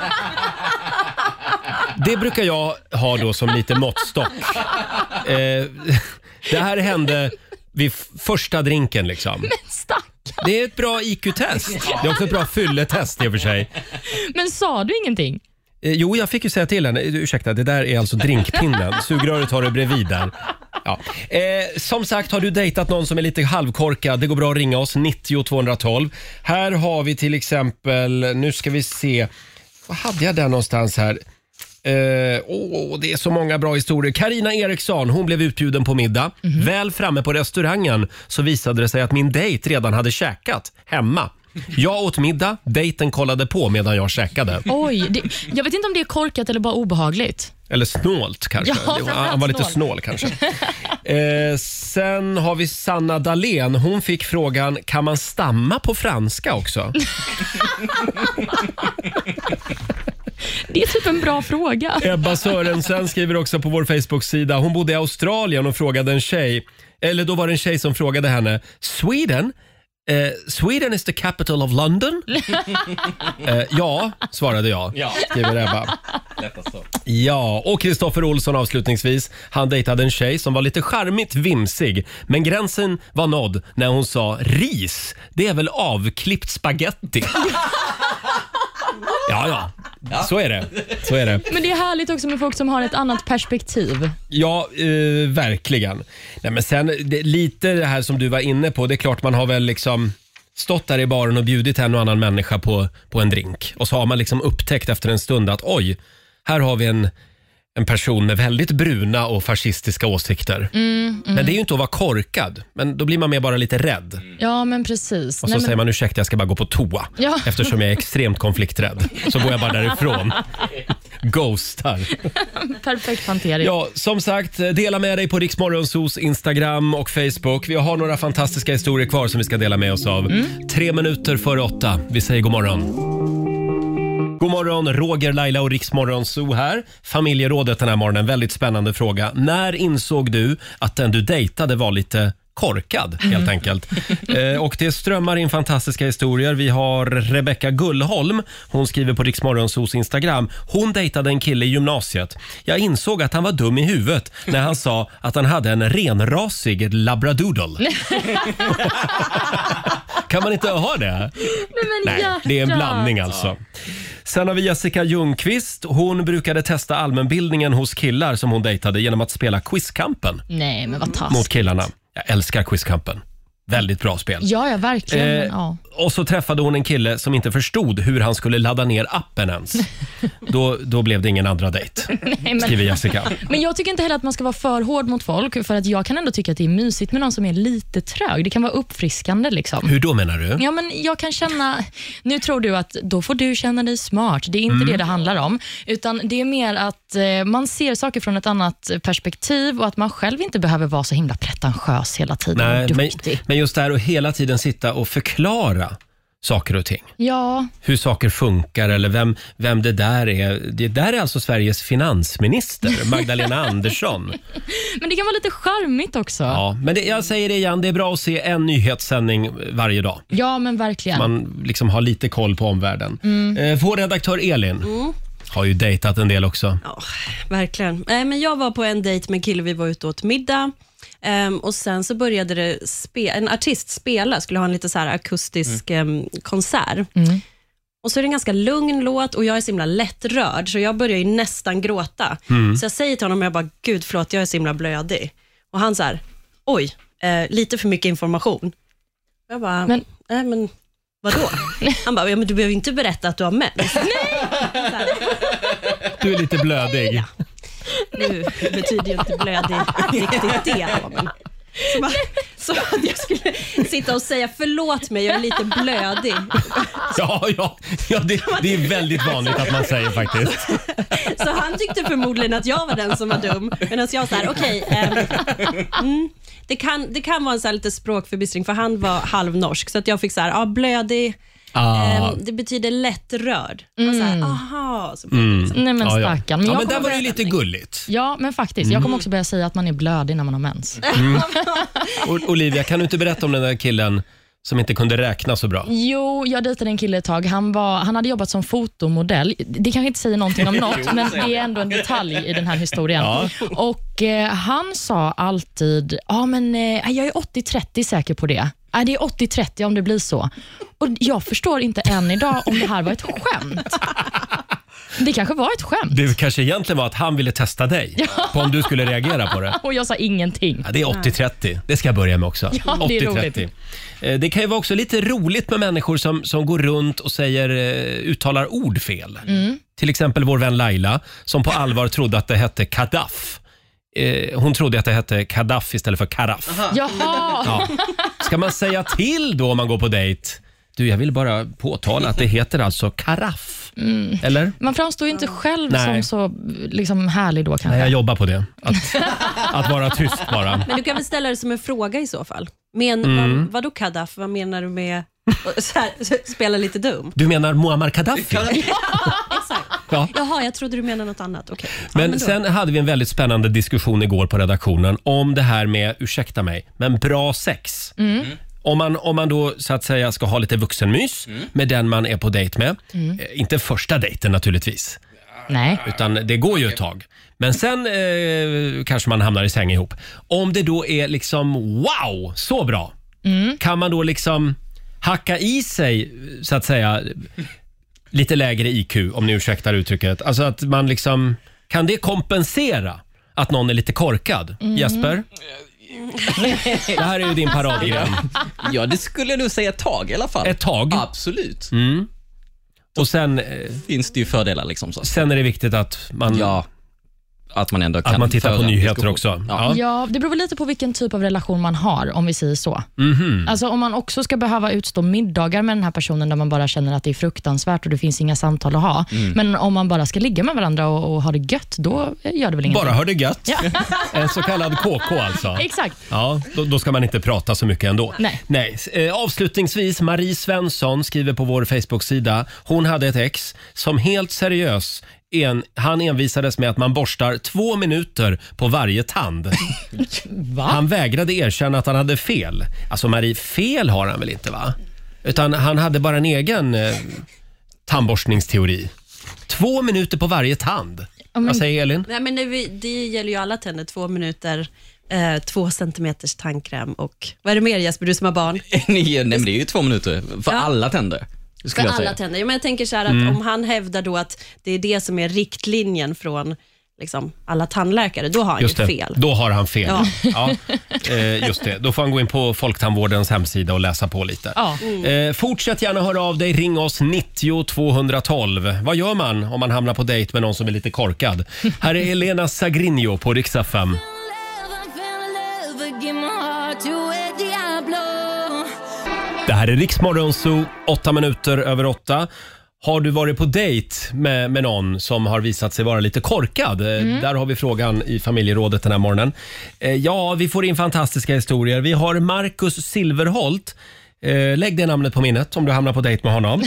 Det brukar jag ha då som lite måttstock. Det här hände vid första drinken liksom. Men stackarn. Det är ett bra IQ-test. Det är också ett bra fylletest i och för sig. Men sa du ingenting? Jo, jag fick ju säga till henne. Ursäkta, det där är alltså drinkpinnen. Sugröret har du bredvid där. Ja. Som sagt, har du dejtat någon som är lite halvkorkad? Det går bra att ringa oss, 90 212. Här har vi till exempel, nu ska vi se. Vad hade jag där någonstans här? Det är så många bra historier. Carina Eriksson, hon blev utbjuden på middag. Väl framme på restaurangen så visade det sig att min dejt redan hade käkat hemma. Jag åt middag, dejten kollade på medan jag käkade. Oj, jag vet inte om det är korkat eller bara obehagligt. Eller snålt kanske. Ja, han var lite snål kanske. Sen har vi Sanna Dahlén. Hon fick frågan, kan man stamma på franska också? Det är typ en bra fråga. Ebba Sörensen skriver också på vår Facebook-sida. Hon bodde i Australien och frågade en tjej. Eller då var det en tjej som frågade henne, Sweden? Sweden is the capital of London. Ja, svarade jag. Skriver Ebba. Ja, och Kristoffer Olsson avslutningsvis. Han dejtade en tjej som var lite charmigt vimsig. Men gränsen var nådd när hon sa ris. Det är väl avklippt spaghetti. Ja. Så är det. Men det är härligt också med folk som har ett annat perspektiv. Ja, verkligen. Nej, men sen lite det här som du var inne på. Det är klart man har väl liksom stått där i baren och bjudit en och annan människa på en drink. Och så har man liksom upptäckt efter en stund att oj, här har vi en person med väldigt bruna och fascistiska åsikter. Men det är ju inte att vara korkad. Men då blir man mer bara lite rädd. Ja, men precis. Och så säger man ursäkta, jag ska bara gå på toa. Ja. Eftersom jag är extremt konflikträdd. Så går jag bara därifrån. Ghostar. Perfekt hantering. Ja, som sagt, dela med dig på Rix Morgonzos Instagram och Facebook. Vi har några fantastiska historier kvar som vi ska dela med oss av. 3 minuter före 8. Vi säger god morgon. God morgon, Roger, Laila och Rix Morgonzoo här. Familjerådet den här morgonen, väldigt spännande fråga. När insåg du att den du dejtade var lite korkad, helt enkelt? Och det strömmar in fantastiska historier. Vi har Rebecca Gullholm. Hon skriver på Rix Morgonzos Instagram. Hon dejtade en kille i gymnasiet. Jag insåg att han var dum i huvudet när han sa att han hade en renrasig labradoodle. Kan man inte ha det? Nej, det är en blandning alltså. Sen har vi Jessica Ljungqvist. Hon brukade testa allmänbildningen hos killar som hon dejtade genom att spela Quizkampen. Nej, men vad taskigt. Mot killarna. Jag älskar Quizkampen. Väldigt bra spel. Ja, verkligen. Ja. Och så träffade hon en kille som inte förstod hur han skulle ladda ner appen ens. Då blev det ingen andra dejt. Skriver Jessica. Men jag tycker inte heller att man ska vara för hård mot folk. För att jag kan ändå tycka att det är mysigt med någon som är lite trög. Det kan vara uppfriskande liksom. Hur då menar du? Ja, men jag kan känna... Nu tror du att då får du känna dig smart. Det är inte det handlar om. Utan det är mer att man ser saker från ett annat perspektiv. Och att man själv inte behöver vara så himla pretentiös hela tiden. Nej, men just det här att hela tiden sitta och förklara saker och ting. Ja. Hur saker funkar eller vem det där är. Det där är alltså Sveriges finansminister, Magdalena Andersson. Men det kan vara lite charmigt också. Ja, men jag säger det igen, det är bra att se en nyhetssändning varje dag. Ja, men verkligen. Man liksom har lite koll på omvärlden. Vår redaktör Elin har ju dejtat en del också. Ja, verkligen. Men jag var på en dejt med en kille, vi var ute åt middag. Och sen så började det en artist spela, skulle ha en lite så här akustisk konsert. Och så är det en ganska lugn låt och jag är så himla lättrörd så jag börjar ju nästan gråta. Så jag säger till honom, jag bara, gud förlåt, jag är så himla blödig. Och han så här, oj, lite för mycket information. Jag bara, men vadå? Han bara, ja men du behöver inte berätta att du har mens. Nej! Du är lite blödig. Ja. Nu betyder ju inte blödig riktigt det. Men så att jag skulle sitta och säga förlåt mig, jag är lite blödig. Ja, det är väldigt vanligt att man säger faktiskt. Så han tyckte förmodligen att jag var den som var dum. Medan jag så här, okej, det kan vara en så här lite språkförbistring, för han var halvnorsk. Så att jag fick så här, blödig. Det betyder lättrörd. Och så här, aha. Så nej men stackarn. Men där var det ju lite gulligt. Ja, men faktiskt. Jag kommer också börja säga att man är blödig när man har mens. Olivia, kan du inte berätta om den där killen som inte kunde räkna så bra? Jo, jag dejtade en kille ett tag. Han hade jobbat som fotomodell. Det kanske inte säger någonting om något, men det är ändå en detalj i den här historien. Ja. Och han sa alltid, jag är 80-30 säker på det. Det är 80-30 om det blir så. Och jag förstår inte än idag om det här var ett skämt. Det kanske var ett skämt. Det kanske egentligen var att han ville testa dig på om du skulle reagera på det. Och jag sa ingenting. Ja, det är 80-30. Det ska jag börja med också. Ja, det är 80-30. Det kan ju vara också lite roligt med människor som går runt och uttalar ord fel. Till exempel vår vän Laila som på allvar trodde att det hette Kadaff. Hon trodde att det hette Kadaff istället för Karaff. Jaha! Ja. Ska man säga till då om man går på dejt? Du, jag vill bara påtala att det heter alltså Karaff. Eller? Man framstår ju inte själv som så liksom härlig då kanske. Nej, jag jobbar på det. Att vara tyst bara. Men du kan väl ställa det som en fråga i så fall. Vadå Kadaff? Vad menar du med så här, spela lite dum? Du menar Muammar Gaddafi? Exakt. Ja. Jaha, jag trodde du menade något annat. Okay. Men sen hade vi en väldigt spännande diskussion igår på redaktionen om det här med, ursäkta mig, men bra sex. Om man då så att säga ska ha lite vuxenmys med den man är på dejt med. Inte första dejten naturligtvis. Nej. Utan det går ju ett tag. Men sen kanske man hamnar i säng ihop. Om det då är liksom wow, så bra. Kan man då liksom hacka i sig så att säga lite lägre IQ, om ni ursäktar uttrycket. Alltså att man liksom, kan det kompensera att någon är lite korkad? Jesper? Det här är ju din paradgren. Ja, det skulle jag nog säga ett tag i alla fall. Ett tag? Absolut. Och sen finns det ju fördelar liksom. Så. Sen är det viktigt att man... Ja, att man ändå kan att man tittar på nyheter också. Ja, det beror väl lite på vilken typ av relation man har, om vi säger så. Alltså om man också ska behöva utstå middagar med den här personen där man bara känner att det är fruktansvärt och det finns inga samtal att ha. Men om man bara ska ligga med varandra och ha det gött, då gör det väl ingenting. Bara ha det gött? Ja. En så kallad KK alltså. Exakt. Ja, då ska man inte prata så mycket ändå. Nej. Avslutningsvis, Marie Svensson skriver på vår Facebook-sida. Hon hade ett ex som helt seriös han envisades med att man borstar 2 minuter på varje tand. Va? Han vägrade erkänna att han hade fel. Alltså Marie, fel har han väl inte, va? Utan han hade bara en egen tandborstningsteori. 2 minuter på varje tand. Vad säger Elin? Nej, men det gäller ju alla tänder. 2 minuter, 2 centimeters tandkräm och... Vad är det mer, Jesper, du som har barn? Nej, men det är ju 2 minuter för alla tänder. För alla tänder. Men jag tänker så här att om han hävdar då att det är det som är riktlinjen från liksom alla tandläkare, då har han just ju det. fel. Då har han fel. Ja. Just det. Då får han gå in på Folktandvårdens hemsida och läsa på lite. Fortsätt gärna höra av dig. Ring oss 90 212. Vad gör man om man hamnar på dejt med någon som är lite korkad? Här är Elena Sagrinho på Rix FM. Det här är Rix Morgon Zoo, 8 minuter över 8. Har du varit på dejt med någon som har visat sig vara lite korkad? Där har vi frågan i familjerådet den här morgonen. Ja, vi får in fantastiska historier. Vi har Marcus Silverholt. Lägg det namnet på minnet om du hamnar på dejt med honom.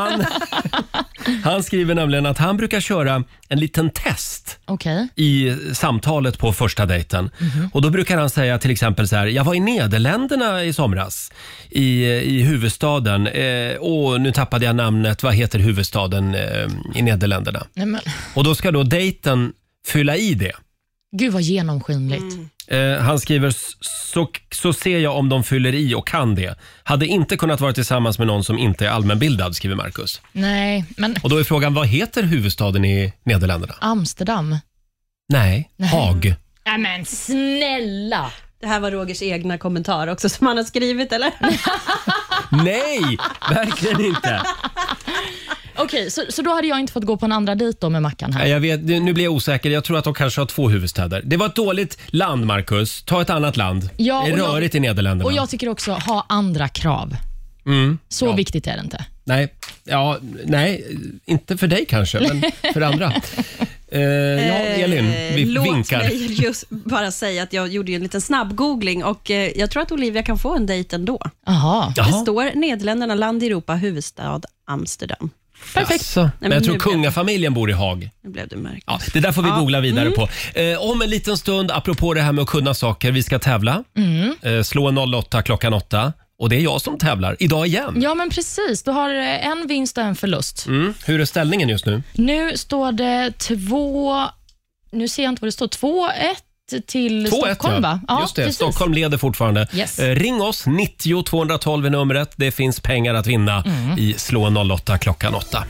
Han skriver nämligen att han brukar köra en liten test i samtalet på första dejten. Och då brukar han säga till exempel så här: jag var i Nederländerna i somras, i huvudstaden. Nu tappade jag namnet. Vad heter huvudstaden i Nederländerna? Och då ska då dejten fylla i det. Gud vad genomskinligt. Han skriver, så ser jag om de fyller i och kan det. Hade inte kunnat vara tillsammans med någon som inte är allmänbildad, skriver Marcus. Nej, men... Och då är frågan, vad heter huvudstaden i Nederländerna? Amsterdam. Nej. Haag. Nej men snälla. Det här var Rogers egna kommentar också som han har skrivit, eller? Nej, verkligen inte. Okej, så då hade jag inte fått gå på en andra dejt då med Mackan här. Jag vet, nu blir jag osäker. Jag tror att de kanske har 2 huvudstäder. Det var ett dåligt land, Marcus. Ta ett annat land. Ja, det är rörigt i Nederländerna. Och jag tycker också, ha andra krav. Så viktigt är det inte. Nej, inte för dig kanske, men för andra. Elin, vi vinkar. Låt mig just bara säga att jag gjorde en liten snabb googling och jag tror att Olivia kan få en dejt ändå. Aha. Det står Nederländerna, land i Europa, huvudstad Amsterdam. Perfekt. Men jag tror kungafamiljen bor i Haag. Nu blev det märkt. Ja, det där får vi googla vidare på. Om en liten stund, apropå det här med att kunna saker, vi ska tävla. Slå en 08 klockan 8. Och det är jag som tävlar idag igen. Ja, men precis. Du har en vinst och en förlust. Hur är ställningen just nu? Nu står det 2... Nu ser jag inte vad det står. 2-1 till 2-1, Stockholm, va? Ja, just det. Precis. Stockholm leder fortfarande. Yes. Ring oss, 90 212 är numret. Det finns pengar att vinna i Slå 08 klockan 8.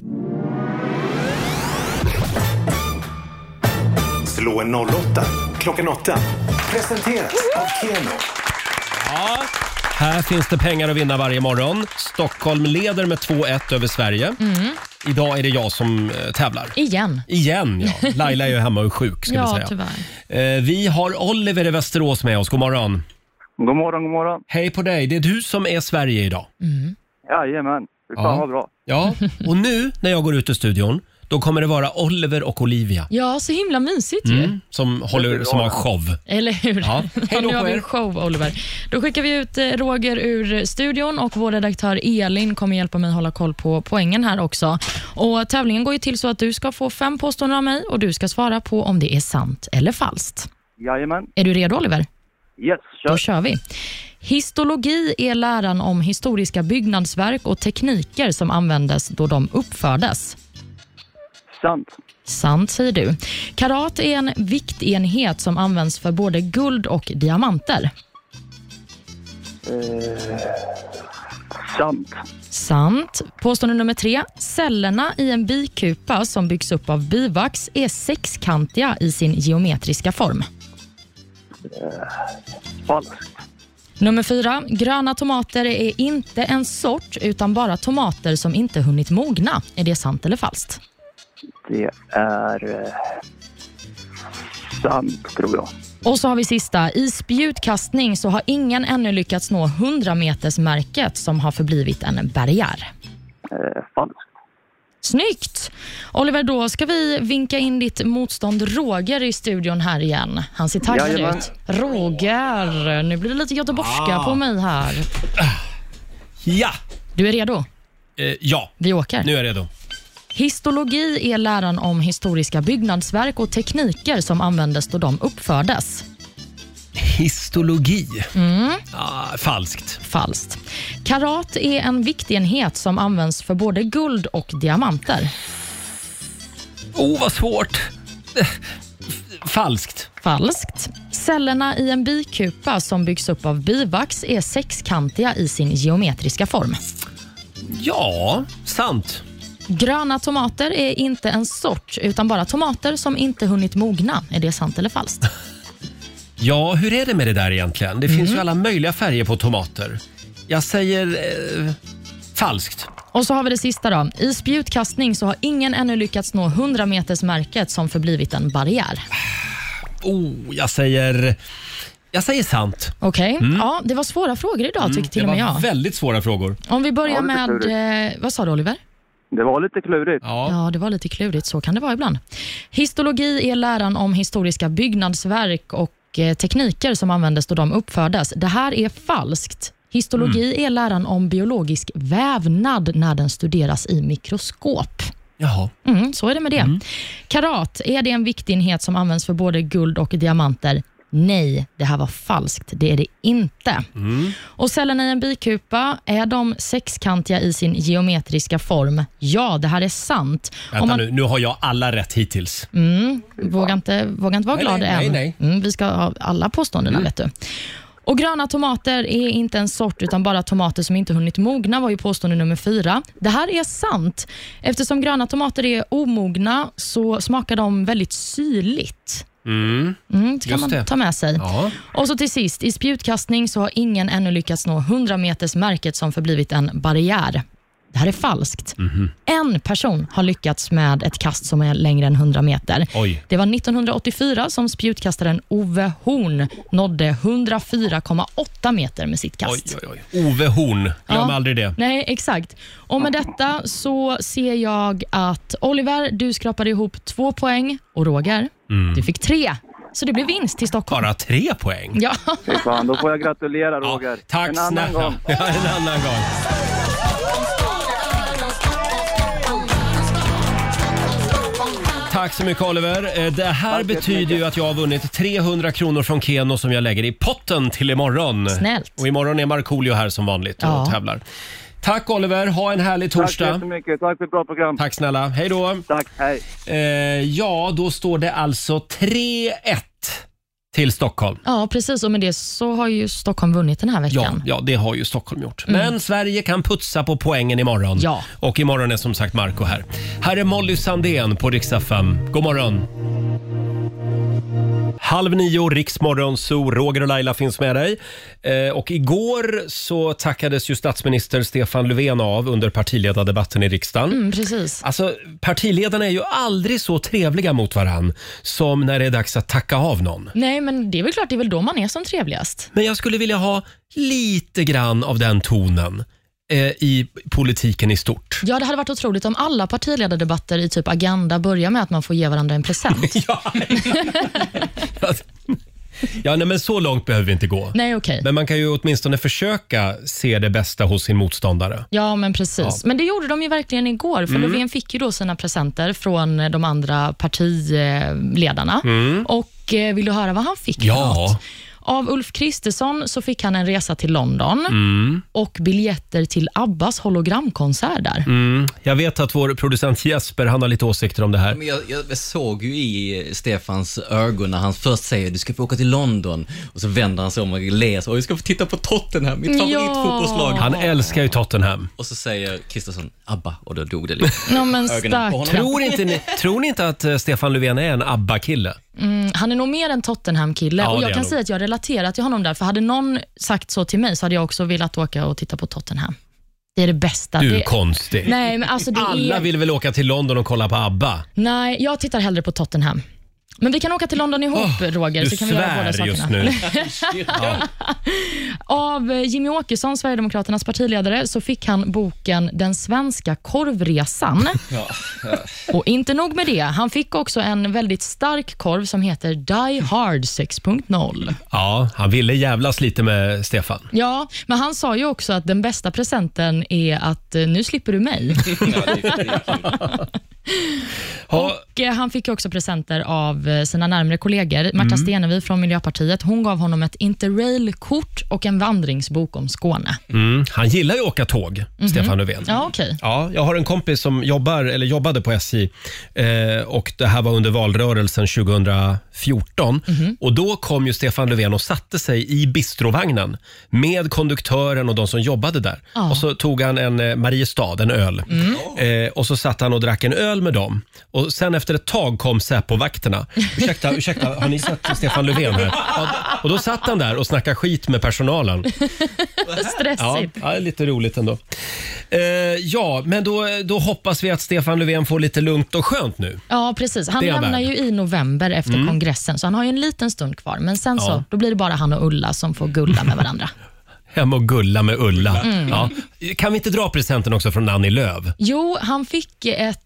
Slå 08 klockan 8. Presenteras av Keno. Ja. Här finns det pengar att vinna varje morgon. Stockholm leder med 2-1 över Sverige. Idag är det jag som tävlar. Igen, ja. Laila är ju hemma och är sjuk, ska vi säga. Tyvärr. Vi har Oliver i Västerås med oss. God morgon. God morgon. Hej på dig. Det är du som är Sverige idag. Jajamän. Fan vad bra. Ja, och nu när jag går ut ur studion, då kommer det vara Oliver och Olivia. Ja, så himla mysigt ju. Som har show. Eller hur? Ja. Hej då nu har på vi er. en show, Oliver. Då skickar vi ut Roger ur studion och vår redaktör Elin kommer hjälpa mig hålla koll på poängen här också. Och tävlingen går ju till så att du ska få 5 påståenden av mig och du ska svara på om det är sant eller falskt. Jajamän. Är du redo, Oliver? Yes, kör. Då kör vi. Histologi är läran om historiska byggnadsverk och tekniker som användes då de uppfördes. Sant. Sant, säger du. Karat är en viktenhet som används för både guld och diamanter. Sant. Sant. Påstående nummer 3. Cellerna i en bikupa som byggs upp av bivax är sexkantiga i sin geometriska form. Falskt. Nummer 4. Gröna tomater är inte en sort utan bara tomater som inte hunnit mogna. Är det sant eller falskt? Det är sant, tror jag. Och så har vi sista. I spjutkastning så har ingen ännu lyckats nå 100-metersmärket som har förblivit en barriär. Falskt. Snyggt! Oliver, då ska vi vinka in ditt motstånd Roger i studion här igen. Han ser taggad ut. Roger, nu blir det lite göteborgska på mig här. Ja! Du är redo? Ja. Vi åker. Nu är jag redo. Histologi är läran om historiska byggnadsverk och tekniker som användes då de uppfördes. Histologi? Falskt. Falskt. Karat är en viktenhet som används för både guld och diamanter. Vad svårt. Falskt. Falskt. Cellerna i en bikupa som byggs upp av bivax är sexkantiga i sin geometriska form. Ja, sant. Gröna tomater är inte en sort utan bara tomater som inte hunnit mogna. Är det sant eller falskt? Ja, hur är det med det där egentligen? Det finns ju alla möjliga färger på tomater. Jag säger falskt. Och så har vi det sista då. I spjutkastning så har ingen ännu lyckats nå 100-metersmärket som förblivit en barriär. Jag säger sant. Okej. Ja, det var svåra frågor idag tyckte till och med jag. Det var väldigt svåra frågor. Om vi börjar med... vad sa du, Oliver? Det var lite klurigt. Ja, det var lite klurigt. Så kan det vara ibland. Histologi är läran om historiska byggnadsverk och tekniker som användes då de uppfördes. Det här är falskt. Histologi är läran om biologisk vävnad när den studeras i mikroskop. Jaha. Så är det med det. Karat, är det en viktenhet som används för både guld och diamanter? Nej, det här var falskt. Det är det inte. Och cellerna i en bikupa, är de sexkantiga i sin geometriska form? Ja, det här är sant. Vänta nu har jag alla rätt hittills. Våga inte vara glad än. Nej. Vi ska ha alla påståendena, vet du. Och gröna tomater är inte en sort utan bara tomater som inte hunnit mogna, var ju påstående nummer 4. Det här är sant. Eftersom gröna tomater är omogna så smakar de väldigt syrligt. Det kan man ta med sig. Ja. Och så till sist, i spjutkastning så har ingen ännu lyckats nå 100-metersmärket som förblivit en barriär. Det här är falskt. En person har lyckats med ett kast som är längre än 100 meter. Oj. Det var 1984 som spjutkastaren Ove Horn nådde 104,8 meter med sitt kast. Oj. Ove Horn, glöm aldrig det. Nej, exakt. Och med detta så ser jag att Oliver, du skrapade ihop 2 poäng och Roger, du fick 3. Så det blir vinst till Stockholm. Bara 3 poäng? Ja. Fan, då får jag gratulera, Roger. Tack en annan gång. Ja, en annan gång. Tack så mycket, Oliver. Det här betyder ju att jag har vunnit 300 kronor från Keno som jag lägger i potten till imorgon. Snällt. Och imorgon är Markoolio här som vanligt och tävlar. Tack Oliver, ha en härlig torsdag. Tack så mycket, tack för ett bra program. Tack snälla, hej då. Tack, hej. Ja, då står det alltså 3-1 till Stockholm. Ja, precis. Och med det så har ju Stockholm vunnit den här veckan. Ja, det har ju Stockholm gjort. Men Sverige kan putsa på poängen imorgon. Ja. Och imorgon är som sagt Marco här. Här är Molly Sandén på Rix FM. God morgon. 8:30, Riksmorgon, så Roger och Laila finns med dig. Och igår så tackades ju statsminister Stefan Löfven av under partiledardebatten i riksdagen. Precis. Alltså, partiledarna är ju aldrig så trevliga mot varann som när det är dags att tacka av någon. Nej, men det är väl klart, det är väl då man är som trevligast. Men jag skulle vilja ha lite grann av den tonen i politiken i stort. Ja, det hade varit otroligt om alla partiledardebatter i typ Agenda börjar med att man får ge varandra en present. Ja, nej, men så långt behöver vi inte gå. Nej, okej. Men man kan ju åtminstone försöka se det bästa hos sin motståndare. Ja, men precis. Ja. Men det gjorde de ju verkligen igår, för Löfven fick ju då sina presenter från de andra partiledarna. Och vill du höra vad han fick? Ja. Av Ulf Kristersson så fick han en resa till London och biljetter till Abbas hologramkonsert där. Jag vet att vår producent Jesper, han har lite åsikter om det här. Men jag såg ju i Stefans ögon när han först säger du ska få åka till London och så vänder han sig om och läser och jag ska få titta på Tottenham, mitt favoritfotbollslag. Han älskar ju Tottenham. Och så säger Kristersson Abba och då dog det lite. Ja, men Tror ni inte att Stefan Löfven är en ABBA-kille? Han är nog mer en Tottenham-kille och jag kan säga att jag relaterar till honom där, för hade någon sagt så till mig så hade jag också velat åka och titta på Tottenham. Det är det bästa. Du är konstig. Nej, men alltså alla vill väl åka till London och kolla på ABBA? Nej, jag tittar hellre på Tottenham. Men vi kan åka till London ihop, Roger. Du så kan vi göra båda sakerna. Just nu. Av Jimmy Åkesson, Sverigedemokraternas partiledare, så fick han boken Den svenska korvresan. Och inte nog med det. Han fick också en väldigt stark korv som heter Die Hard 6.0. Ja, han ville jävlas lite med Stefan. Ja, men han sa ju också att den bästa presenten är att nu slipper du mig. Och han fick också presenter av sina närmare kollegor. Märta Stenevi från Miljöpartiet, hon gav honom ett Interrail-kort och en vandringsbok om Skåne. Han gillar ju att åka tåg, Stefan Löfven. Ja, okej. Ja, jag har en kompis som jobbade på SJ och det här var under valrörelsen 2014 och då kom ju Stefan Löfven och satte sig i bistrovagnen med konduktören och de som jobbade där. Och så tog han en Mariestad, en öl. Och så satt han och drack en öl med dem. Och sen efter ett tag kom Säpo-vakterna. Ursäkta, har ni sett Stefan Löfven här? Och då satt han där och snackade skit med personalen. Stressigt. Ja, lite roligt ändå. Ja, men då hoppas vi att Stefan Löfven får lite lugnt och skönt nu. Ja, precis. Han lämnar ju i november efter kongressen, så han har ju en liten stund kvar. Men sen så, då blir det bara han och Ulla som får gulla med varandra. Hem och gulla med Ulla. Ja. Kan vi inte dra presenten också från Annie Lööf? Jo, han fick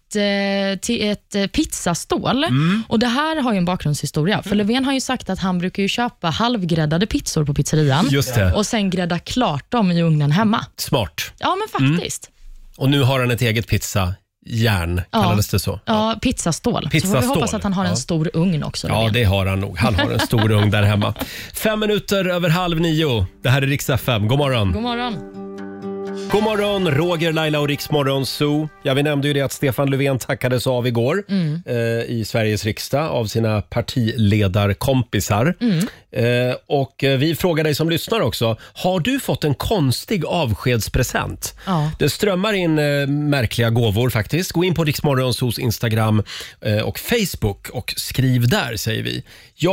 ett pizzastål. Och det här har ju en bakgrundshistoria. För Löfven har ju sagt att han brukar ju köpa halvgräddade pizzor på pizzerian. Just det. Och sen grädda klart dem i ugnen hemma. Smart. Ja, men faktiskt. Och nu har han ett eget pizzajärn, kallades det så? Ja, pizzastål. Så får vi hoppas att han har en stor ugn också. Ja, det har han nog. Han har en stor ugn där hemma. 5 minuter över 8:30. Det här är Rix FM. God morgon. God morgon. God morgon, Roger, Laila och Rix Morgon Zoo. Ja, vi nämnde ju det att Stefan Löfven tackades av igår i Sveriges riksdag av sina partiledarkompisar. Och vi frågar dig som lyssnar också, har du fått en konstig avskedspresent? Ja. Det strömmar in märkliga gåvor faktiskt. Gå in på Rix Morgon Zoos Instagram och Facebook och skriv där, säger vi.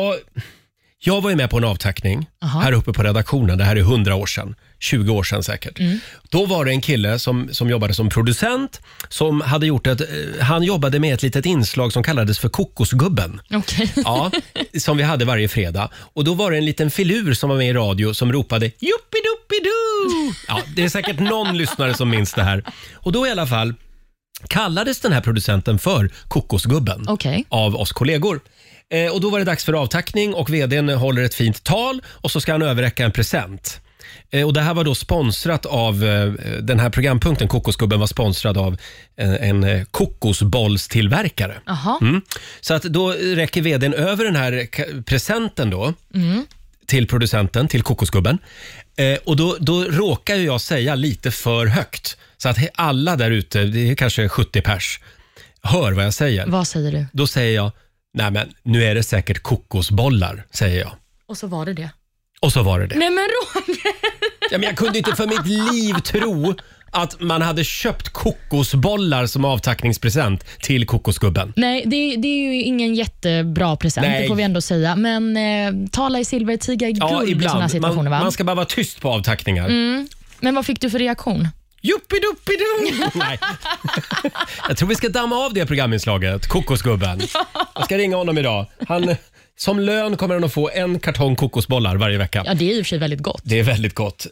Jag var ju med på en avtackning här uppe på redaktionen. Det här är 100 år sedan. 20 år sedan säkert. Då var det en kille som jobbade som producent som hade gjort han jobbade med ett litet inslag som kallades för Kokosgubben. Okay. Ja, som vi hade varje fredag. Och då var det en liten filur som var med i radio som ropade Juppiduppidu! Ja, det är säkert någon lyssnare som minns det här. Och då i alla fall kallades den här producenten för Kokosgubben av oss kollegor. Och då var det dags för avtackning och vdn håller ett fint tal och så ska han överräcka en present. Och det här var då sponsrat av den här programpunkten. Kokosgubben var sponsrad av en kokosbollstillverkare. Så att då räcker vdn över den här presenten då till producenten, till Kokosgubben. Och då råkar jag säga lite för högt så att alla där ute, det är kanske 70 pers, hör vad jag säger. Vad säger du? Då säger jag, nej men nu är det säkert kokosbollar, säger jag. Och så var det det. Och så var det det. Nej men Roger! Ja, men jag kunde inte för mitt liv tro att man hade köpt kokosbollar som avtackningspresent till Kokosgubben. Nej, det är ju ingen jättebra present, det får vi ändå säga. Men tala i silver, tiga i guld i sådana här situationer, va? Man ska bara vara tyst på avtackningar. Men vad fick du för reaktion? Juppiduppidu! Nej. Jag tror vi ska damma av det programinslaget, Kokosgubben. Jag ska ringa honom idag. Som lön kommer han att få en kartong kokosbollar varje vecka. Ja, det är i och för sig väldigt gott. Det är väldigt gott.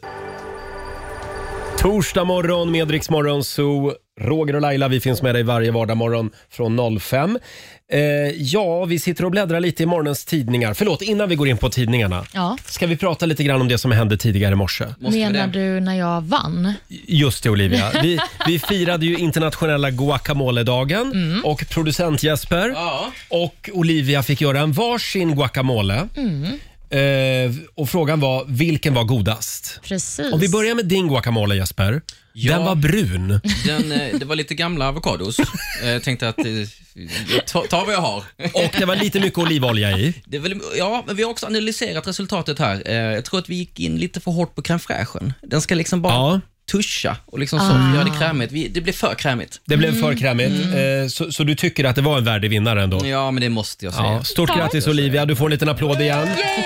Torsdag morgon med Rix Morgon Zoo. Roger och Laila, vi finns med dig varje vardagsmorgon från 05. Ja, vi sitter och bläddrar lite i morgonens tidningar. Förlåt, innan vi går in på tidningarna. Ja. Ska vi prata lite grann om det som hände tidigare i morse? Menar du när jag vann? Just det, Olivia. Vi firade ju internationella guacamole-dagen och producent Jesper och Olivia fick göra en varsin guacamole. Och frågan var, vilken var godast? Precis. Om vi börjar med din guacamole, Jesper. Ja, den var brun. Det var lite gamla avokados. Jag tänkte att ta vad jag har. Och det var lite mycket olivolja i. Ja, men vi har också analyserat resultatet här. Jag tror att vi gick in lite för hårt på crème fraîchen. Den ska liksom bara tuscha och liksom så göra det krämigt. Det blev för krämigt. Det blev för krämigt. Så du tycker att det var en värdig vinnare ändå? Ja, men det måste jag säga. Ja, stort grattis Olivia, du får en liten applåd igen.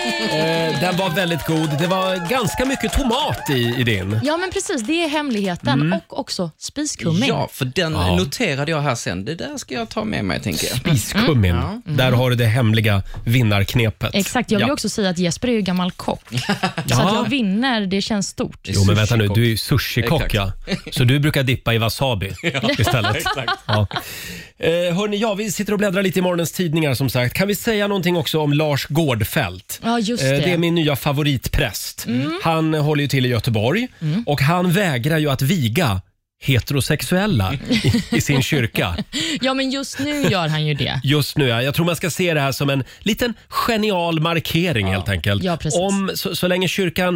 Den var väldigt god. Det var ganska mycket tomat i din. Ja, men precis. Det är hemligheten. Och också spiskummin. Ja, för den noterade jag här sen. Det där ska jag ta med mig, tänker jag. Spiskummin. Där har du det hemliga vinnarknepet. Exakt. Jag vill också säga att Jesper är ju gammal kock. Så att jag vinner, det känns stort. Jo, men vänta nu. Du är ju sushi-kock, ja. Så du brukar dippa i wasabi istället. Exakt. Ja. Hörrni, vi sitter och bläddrar lite i morgonens tidningar som sagt. Kan vi säga någonting också om Lars Gårdfält? Ja, just det. Det är min nya favoritpräst. Han håller ju till i Göteborg och han vägrar ju att viga heterosexuella i sin kyrka. Ja, men just nu gör han ju det. Just nu, ja. Jag tror man ska se det här som en liten genial markering helt enkelt. Ja, precis. Så länge kyrkan,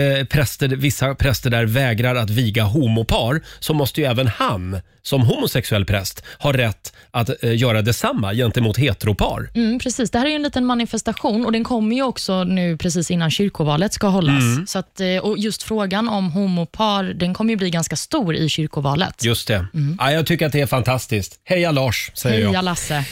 vissa präster där vägrar att viga homopar, så måste ju även han som homosexuell präst ha rätt att göra detsamma gentemot heteropar. Precis, det här är ju en liten manifestation och den kommer ju också nu precis innan kyrkovalet ska hållas. Så att, och just frågan om homopar, den kommer ju bli ganska stor i kyrkovalet. Just det. Ja, jag tycker att det är fantastiskt. Heja Lars, säger jag. Heja Lasse.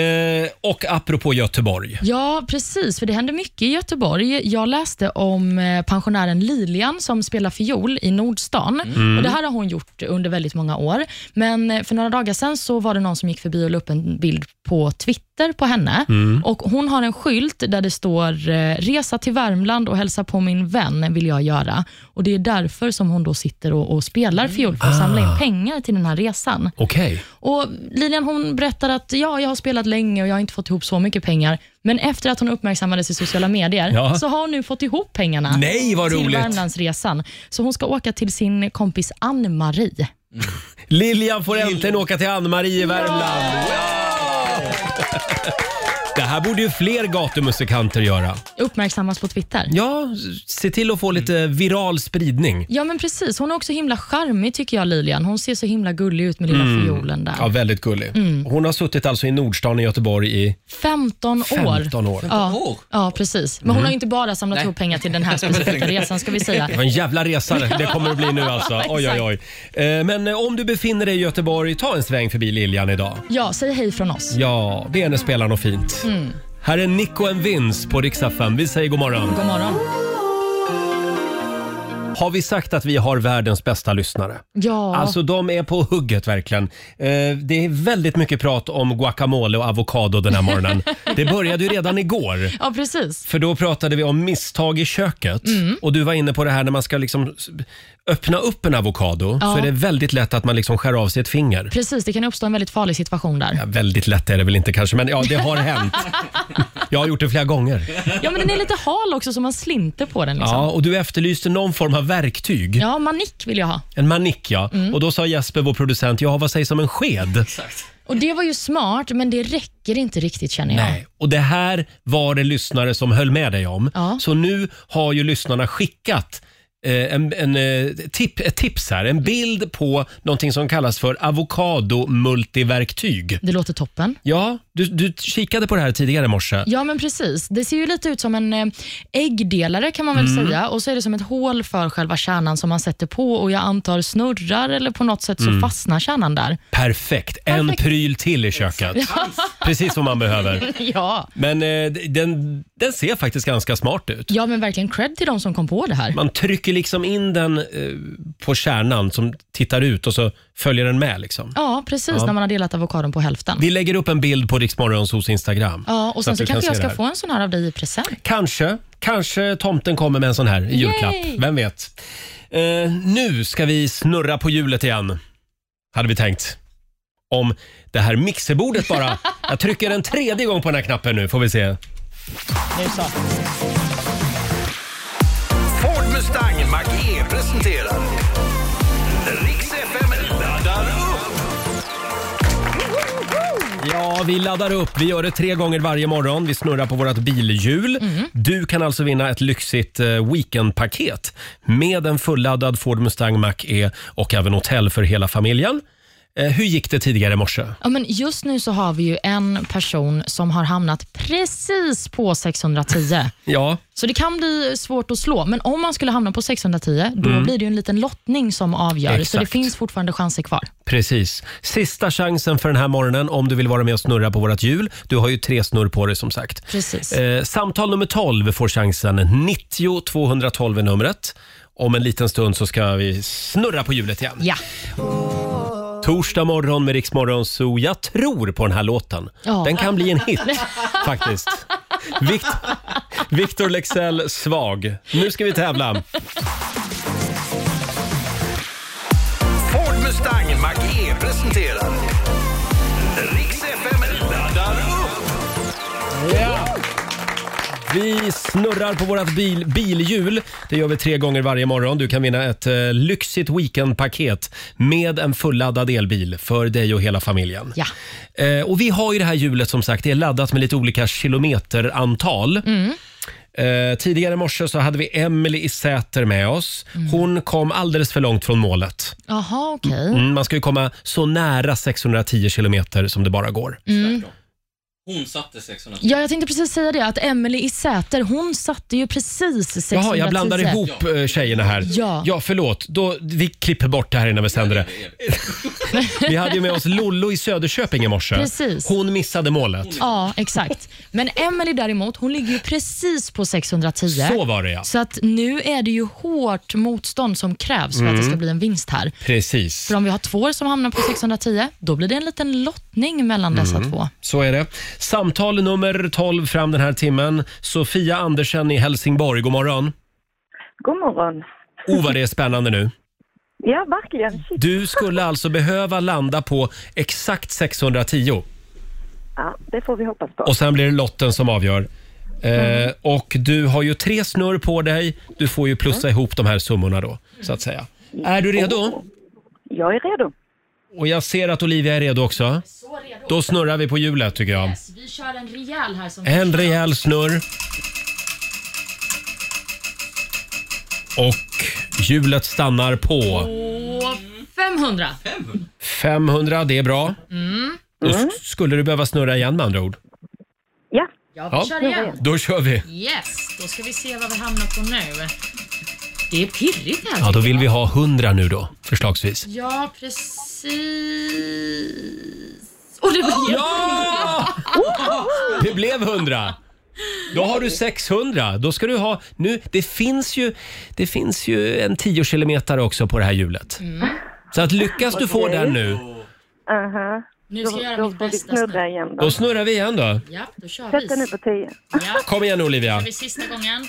Och apropå Göteborg. Ja, precis, för det händer mycket i Göteborg. Jag läste om pensionären Lilian som spelar fiol i Nordstan. Och det här har hon gjort under väldigt många år. Men för några dagar sedan så var det någon som gick förbi och la upp en bild på Twitter på henne. Och hon har en skylt där det står resa till Värmland och hälsa på min vän vill jag göra. Och det är därför som hon då sitter och spelar fiol för att samla in pengar till den här resan. Okej. Och Lilian, hon berättar att jag har spelat länge och jag har inte fått ihop så mycket pengar. Men efter att hon uppmärksammades i sociala medier så har hon nu fått ihop pengarna. Nej, vad roligt. Till Värmlandsresan. Så hon ska åka till sin kompis Ann-Marie. Lilian får äntligen åka till Ann-Marie i Värmland. Det här borde ju fler gatumusikanter göra. Uppmärksammas på Twitter. Ja, se till att få lite viral spridning. Ja, men precis. Hon är också himla charmig tycker jag, Lilian. Hon ser så himla gullig ut med lilla fiolen där. Ja, väldigt gullig. Hon har suttit alltså i Nordstan i Göteborg i 15 år. 15 år. Ja, precis. Men hon har ju inte bara samlat ihop pengar till den här specifika resan, ska vi säga. Det var en jävla resa det kommer att bli nu alltså. Oj. Men om du befinner dig i Göteborg, ta en sväng förbi Lilian idag. Ja, säg hej från oss. Ja, be henne spela något fint. Här är Nico and Vince på Rix FM. Vi säger god morgon. God morgon. Har vi sagt att vi har världens bästa lyssnare? Ja. Alltså de är på hugget verkligen. Det är väldigt mycket prat om guacamole och avokado den här morgonen. Det började ju redan igår. Ja, precis. För då pratade vi om misstag i köket. Och du var inne på det här när man ska liksom öppna upp en avokado så är det väldigt lätt att man liksom skär av sig ett finger. Precis, det kan uppstå en väldigt farlig situation där. Ja, väldigt lätt är det väl inte kanske, men ja, det har hänt. Jag har gjort det flera gånger. Ja, men den är lite hal också så man slinter på den liksom. Ja, och du efterlyste någon form av verktyg. Ja, manick vill jag ha. En manick, ja. Och då sa Jesper, vår producent, vad sägs om en sked? Exakt. Och det var ju smart, men det räcker inte riktigt känner jag. Nej, och det här var det lyssnare som höll med dig om. Ja. Så nu har ju lyssnarna skickat ett tips här. En bild på någonting som kallas för avokado-multiverktyg. Det låter toppen. Ja, du kikade på det här tidigare i morse. Ja, men precis. Det ser ju lite ut som en äggdelare kan man väl säga. Och så är det som ett hål för själva kärnan som man sätter på. Och jag antar snurrar eller på något sätt så fastnar kärnan där. Perfekt. En pryl till i köket. Precis vad man behöver. Ja. Men den ser faktiskt ganska smart ut. Ja, men verkligen cred till de som kom på det här. Man trycker liksom in den på kärnan som tittar ut och så följer den med liksom. Ja, precis. När man har delat avokadon på hälften. Vi lägger upp en bild på Rix Morgonzos Instagram. Ja, och sen så kanske jag ska få en sån här av dig i present. Kanske tomten kommer med en sån här i julklapp. Vem vet. Nu ska vi snurra på hjulet igen. Hade vi tänkt. Om det här mixerbordet bara. Jag trycker en tredje gång på den här knappen nu, får vi se. Nu så. Ford Mustang Mach-E presenterar Rix FM laddar upp. Ja, Ja, vi laddar upp. Vi gör det 3 gånger varje morgon. Vi snurrar på vårt bilhjul. Du kan alltså vinna ett lyxigt weekendpaket med en fulladdad Ford Mustang Mach-E och även hotell för hela familjen. Hur gick det tidigare i morse? Ja, men just nu så har vi ju en person som har hamnat precis på 610. Ja. Så det kan bli svårt att slå. Men om man skulle hamna på 610, då blir det ju en liten lottning som avgör. Exakt. Så det finns fortfarande chanser kvar. Precis. Sista chansen för den här morgonen om du vill vara med och snurra på vårt hjul. Du har ju 3 snurr på dig som sagt. Precis. Samtal nummer 12 får chansen. 90 212 är numret. Om en liten stund så ska vi snurra på hjulet igen. Ja. Torsdag morgon med Rix Morgon Zoo. Jag tror på den här låten. Ja. Den kan bli en hit faktiskt. Victor Leksell, Svag. Nu ska vi tävla. Ford Mustang Mach-E presenterar Rix FM laddar upp. Ja. Vi snurrar på vårt bilhjul. Det gör vi 3 gånger varje morgon. Du kan vinna ett lyxigt weekendpaket med en fulladdad elbil för dig och hela familjen. Ja. Och vi har ju det här hjulet som sagt. Det är laddat med lite olika kilometerantal. Tidigare i morse så hade vi Emily i Säter med oss. Hon kom alldeles för långt från målet. Jaha, okej. Man ska ju komma så nära 610 kilometer som det bara går. Hon satte 610. Ja, jag tänkte precis säga det, att Emily i Säter, hon satte ju precis 610. Jaha, jag blandar ihop tjejerna här. Ja. Förlåt. Vi klipper bort det här innan vi sänder det. Vi hade ju med oss Lollo i Söderköping i morse. Precis. Hon missade målet. Ja, exakt. Men Emily däremot, hon ligger ju precis på 610. Så var det, ja. Så att nu är det ju hårt motstånd som krävs för att det ska bli en vinst här. Precis. För om vi har 2 som hamnar på 610, då blir det en liten lottning mellan dessa 2. Så är det. Samtal nummer 12 fram den här timmen. Sofia Andersen i Helsingborg, god morgon. God morgon. Vad det är spännande nu. Ja, verkligen. Du skulle alltså behöva landa på exakt 610. Ja, det får vi hoppas på. Och sen blir det lotten som avgör. Och du har ju 3 snurr på dig. Du får ju plussa ihop de här summorna då, så att säga. Är du redo? Jag är redo. Och jag ser att Olivia är redo också. Så redo. Då snurrar vi på hjulet tycker jag. Yes, vi kör en rejäl här. En rejäl snurr. Och hjulet stannar på 500. 500, det är bra. Då skulle du behöva snurra igen med andra ord. Ja. Ja, vi kör igen. Då kör vi. Yes, då ska vi se vad vi hamnar på nu. Det är pirrigt här. Ja, då vill vi ha 100 nu då, förslagsvis. Ja, precis. Och det blev... Ja! Det blev 100. Då har du 600. Då ska du ha... Nu, det finns ju en 10 kilometer också på det här hjulet. Så att lyckas du få den nu... Nu ska jag göra mitt bästa. Snurra igen då. Då snurrar vi igen då. Ja, då kör vi. Sätt nu på 10. Ja. Kom igen Olivia. Då kör vi sista gången.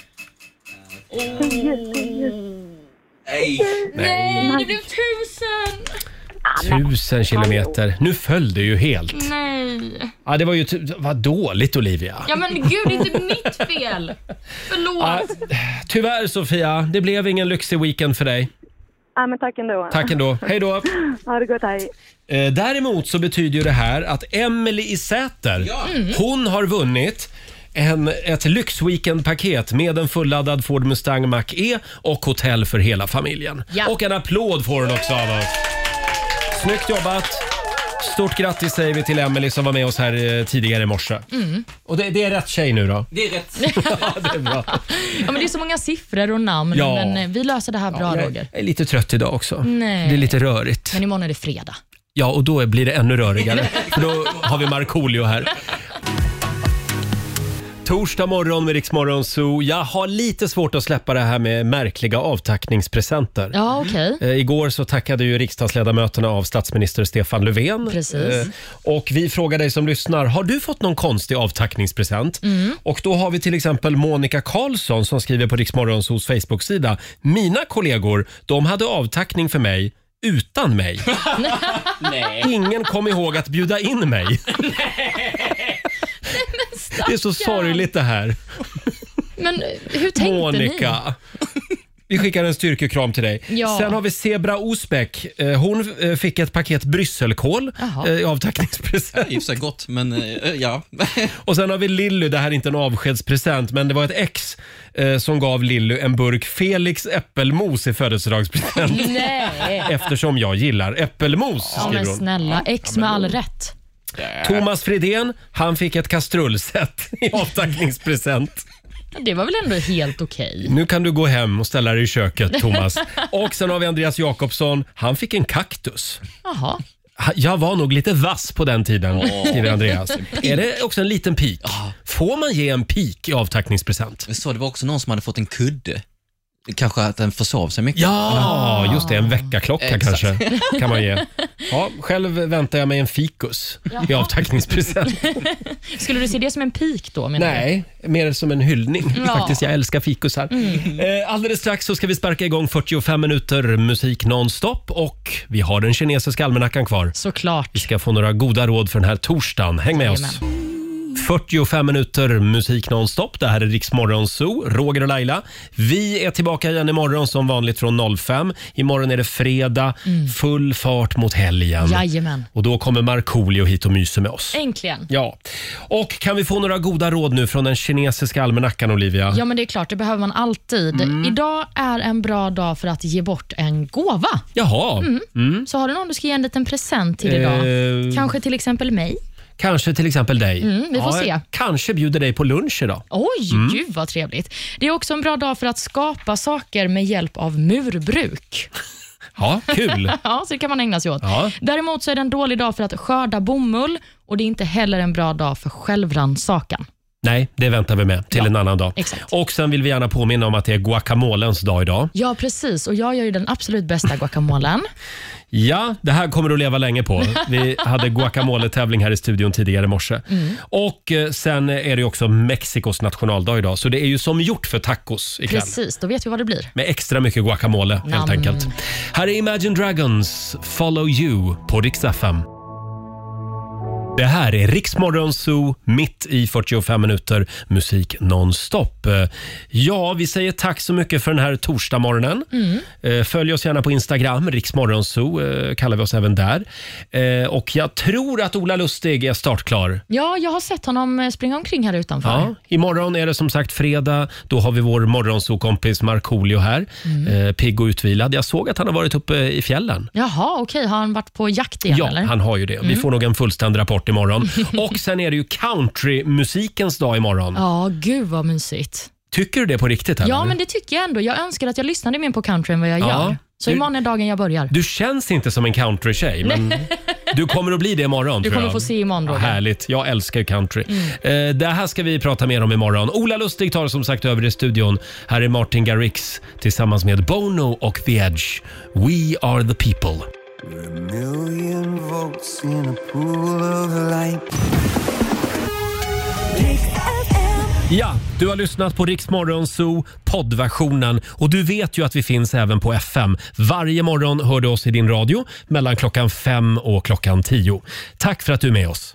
Nej. Nej, det blev 1000. 1000 kilometer. Nu föll det ju helt. Nej. Ja, det var ju vad dåligt Olivia. Ja men gud, det är inte mitt fel. Förlåt. Ja, tyvärr Sofia, det blev ingen lyxig weekend för dig. Ja, men tack ändå. Tack ändå. Hej då. Ha det gott, hej. Däremot så betyder ju det här att Emily i Säter, hon har vunnit ett lyxweekendpaket med en fulladdad Ford Mustang Mach-E och hotell för hela familjen. Ja. Och en applåd får hon också av oss. Snyggt jobbat. Stort grattis säger vi till Emily som var med oss här tidigare i morse. Och det är rätt tjej nu då? Det är rätt. Ja, det är bra. Ja, men det är så många siffror och namn, Ja. men vi löser det här bra, Roger. Jag är lite trött idag också. Nej. Det är lite rörigt. Men imorgon är det fredag. Ja, och då blir det ännu rörigare. För då har vi Markoolio här. Torsdag morgon med Rix Morgon Zoo. Jag har lite svårt att släppa det här med märkliga avtackningspresenter. Ja, okej. Igår så tackade ju riksdagsledamöterna av statsminister Stefan Löfven. Precis. Och vi frågar dig som lyssnar, har du fått någon konstig avtackningspresent? Och då har vi till exempel Monica Karlsson som skriver på Rix Morgon Zoos Facebook-sida. Mina kollegor, de hade avtackning för mig utan mig. Nej. Ingen kom ihåg att bjuda in mig. Det är så sorgligt det här. Men hur tänkte Monica. Vi skickar en styrkekram till dig. Ja. Sen har vi Zebra Osbeck. Hon fick ett paket brysselkål i avtackningspresent. I och för sig gott, men ja. Och sen har vi Lilly, det här är inte en avskedspresent, men det var ett ex som gav Lilly en burk Felix äppelmos i födelsedagspresent. Nej. Eftersom jag gillar äppelmos, Ja, skriver men hon. snälla, ex med all rätt. Thomas Fridén, han fick ett kastrullset i avtackningspresent. Det var väl ändå helt okej. Nu kan du gå hem och ställa dig i köket, Thomas. Och sen har vi Andreas Jakobsson. Han fick en kaktus. Jaha. Jag var nog lite vass på den tiden, skriver Andreas. Är det också en liten pik? Får man ge en pik i avtackningspresent? Så det var också någon som hade fått en kudde. Kanske att den försov sig mycket. Ja, just det. En väckarklocka kanske kan man ge. Ja, själv väntar jag mig en fikus i avtackningspresent. Skulle du se det som en pik då? Nej, mer som en hyllning. Faktiskt, jag älskar fikusar. Alldeles strax så ska vi sparka igång 45 minuter musik nonstop och vi har den kinesiska almanackan kvar. Såklart. Vi ska få några goda råd för den här torsdagen. Häng med oss. 45 minuter musik nonstop. Det här är Rix Morgon Zoo, Roger och Laila. Vi är tillbaka igen imorgon som vanligt från 05. Imorgon är det fredag, full fart mot helgen. Jajamän. Och då kommer Markoolio hit och myser med oss. Äntligen. Ja. Och kan vi få några goda råd nu från den kinesiska almanackan, Olivia? Ja, men det är klart, det behöver man alltid. Idag är en bra dag för att ge bort en gåva. Jaha. Så har du någon du ska ge en liten present till idag? Kanske till exempel mig? Kanske till exempel dig. Vi får se. Kanske bjuder dig på lunch idag. Oj, gud vad trevligt. Det är också en bra dag för att skapa saker med hjälp av murbruk. Ja, kul. Ja, så det kan man ägna sig åt. Ja. Däremot så är det en dålig dag för att skörda bomull och det är inte heller en bra dag för självrannsakan. Nej, det väntar vi med till en annan dag. Exakt. Och sen vill vi gärna påminna om att det är guacamolens dag idag. Ja, precis. Och jag gör ju den absolut bästa guacamolen. Ja, det här kommer du att leva länge på. Vi hade guacamole-tävling här i studion tidigare i morse. Och sen är det också Mexikos nationaldag idag. Så det är ju som gjort för tacos ikväll. Precis, då vet vi vad det blir. Med extra mycket guacamole helt enkelt. Här är Imagine Dragons Follow You på Rix FM. Det här är Rix Morgon Zoo, mitt i 45 minuter musik nonstop. Ja, vi säger tack så mycket för den här torsdagmorgonen. Följ oss gärna på Instagram, Rix Morgon Zoo kallar vi oss även där. Och jag tror att Ola Lustig är startklar. Ja, jag har sett honom springa omkring här utanför. Ja, imorgon är det som sagt fredag. Då har vi vår morgonzoo-kompis Markoolio här. Pigg och utvilad. Jag såg att han har varit uppe i fjällen. Jaha, okej. Har han varit på jakt igen? Ja, eller? han har ju det. Vi får nog en fullständig rapport imorgon. Och sen är det ju countrymusikens dag imorgon. Ja, gud vad mysigt. Tycker du det på riktigt? Eller? Ja, men det tycker jag ändå. Jag önskar att jag lyssnade mer på country än vad jag gör. Så imorgon är dagen jag börjar. Du känns inte som en country-tjej, men du kommer att bli det imorgon. Du kommer få se imorgon, Roger. Härligt, jag älskar ju country. Det här ska vi prata mer om imorgon. Ola Lustig tar som sagt över i studion. Här är Martin Garrix tillsammans med Bono och The Edge. We are the people. We're a million volts in a pool of light. Ja, du har lyssnat på Rix Morgon Zoo poddversionen och du vet ju att vi finns även på FM. Varje morgon hör du oss i din radio mellan klockan 5 och klockan 10. Tack för att du är med oss.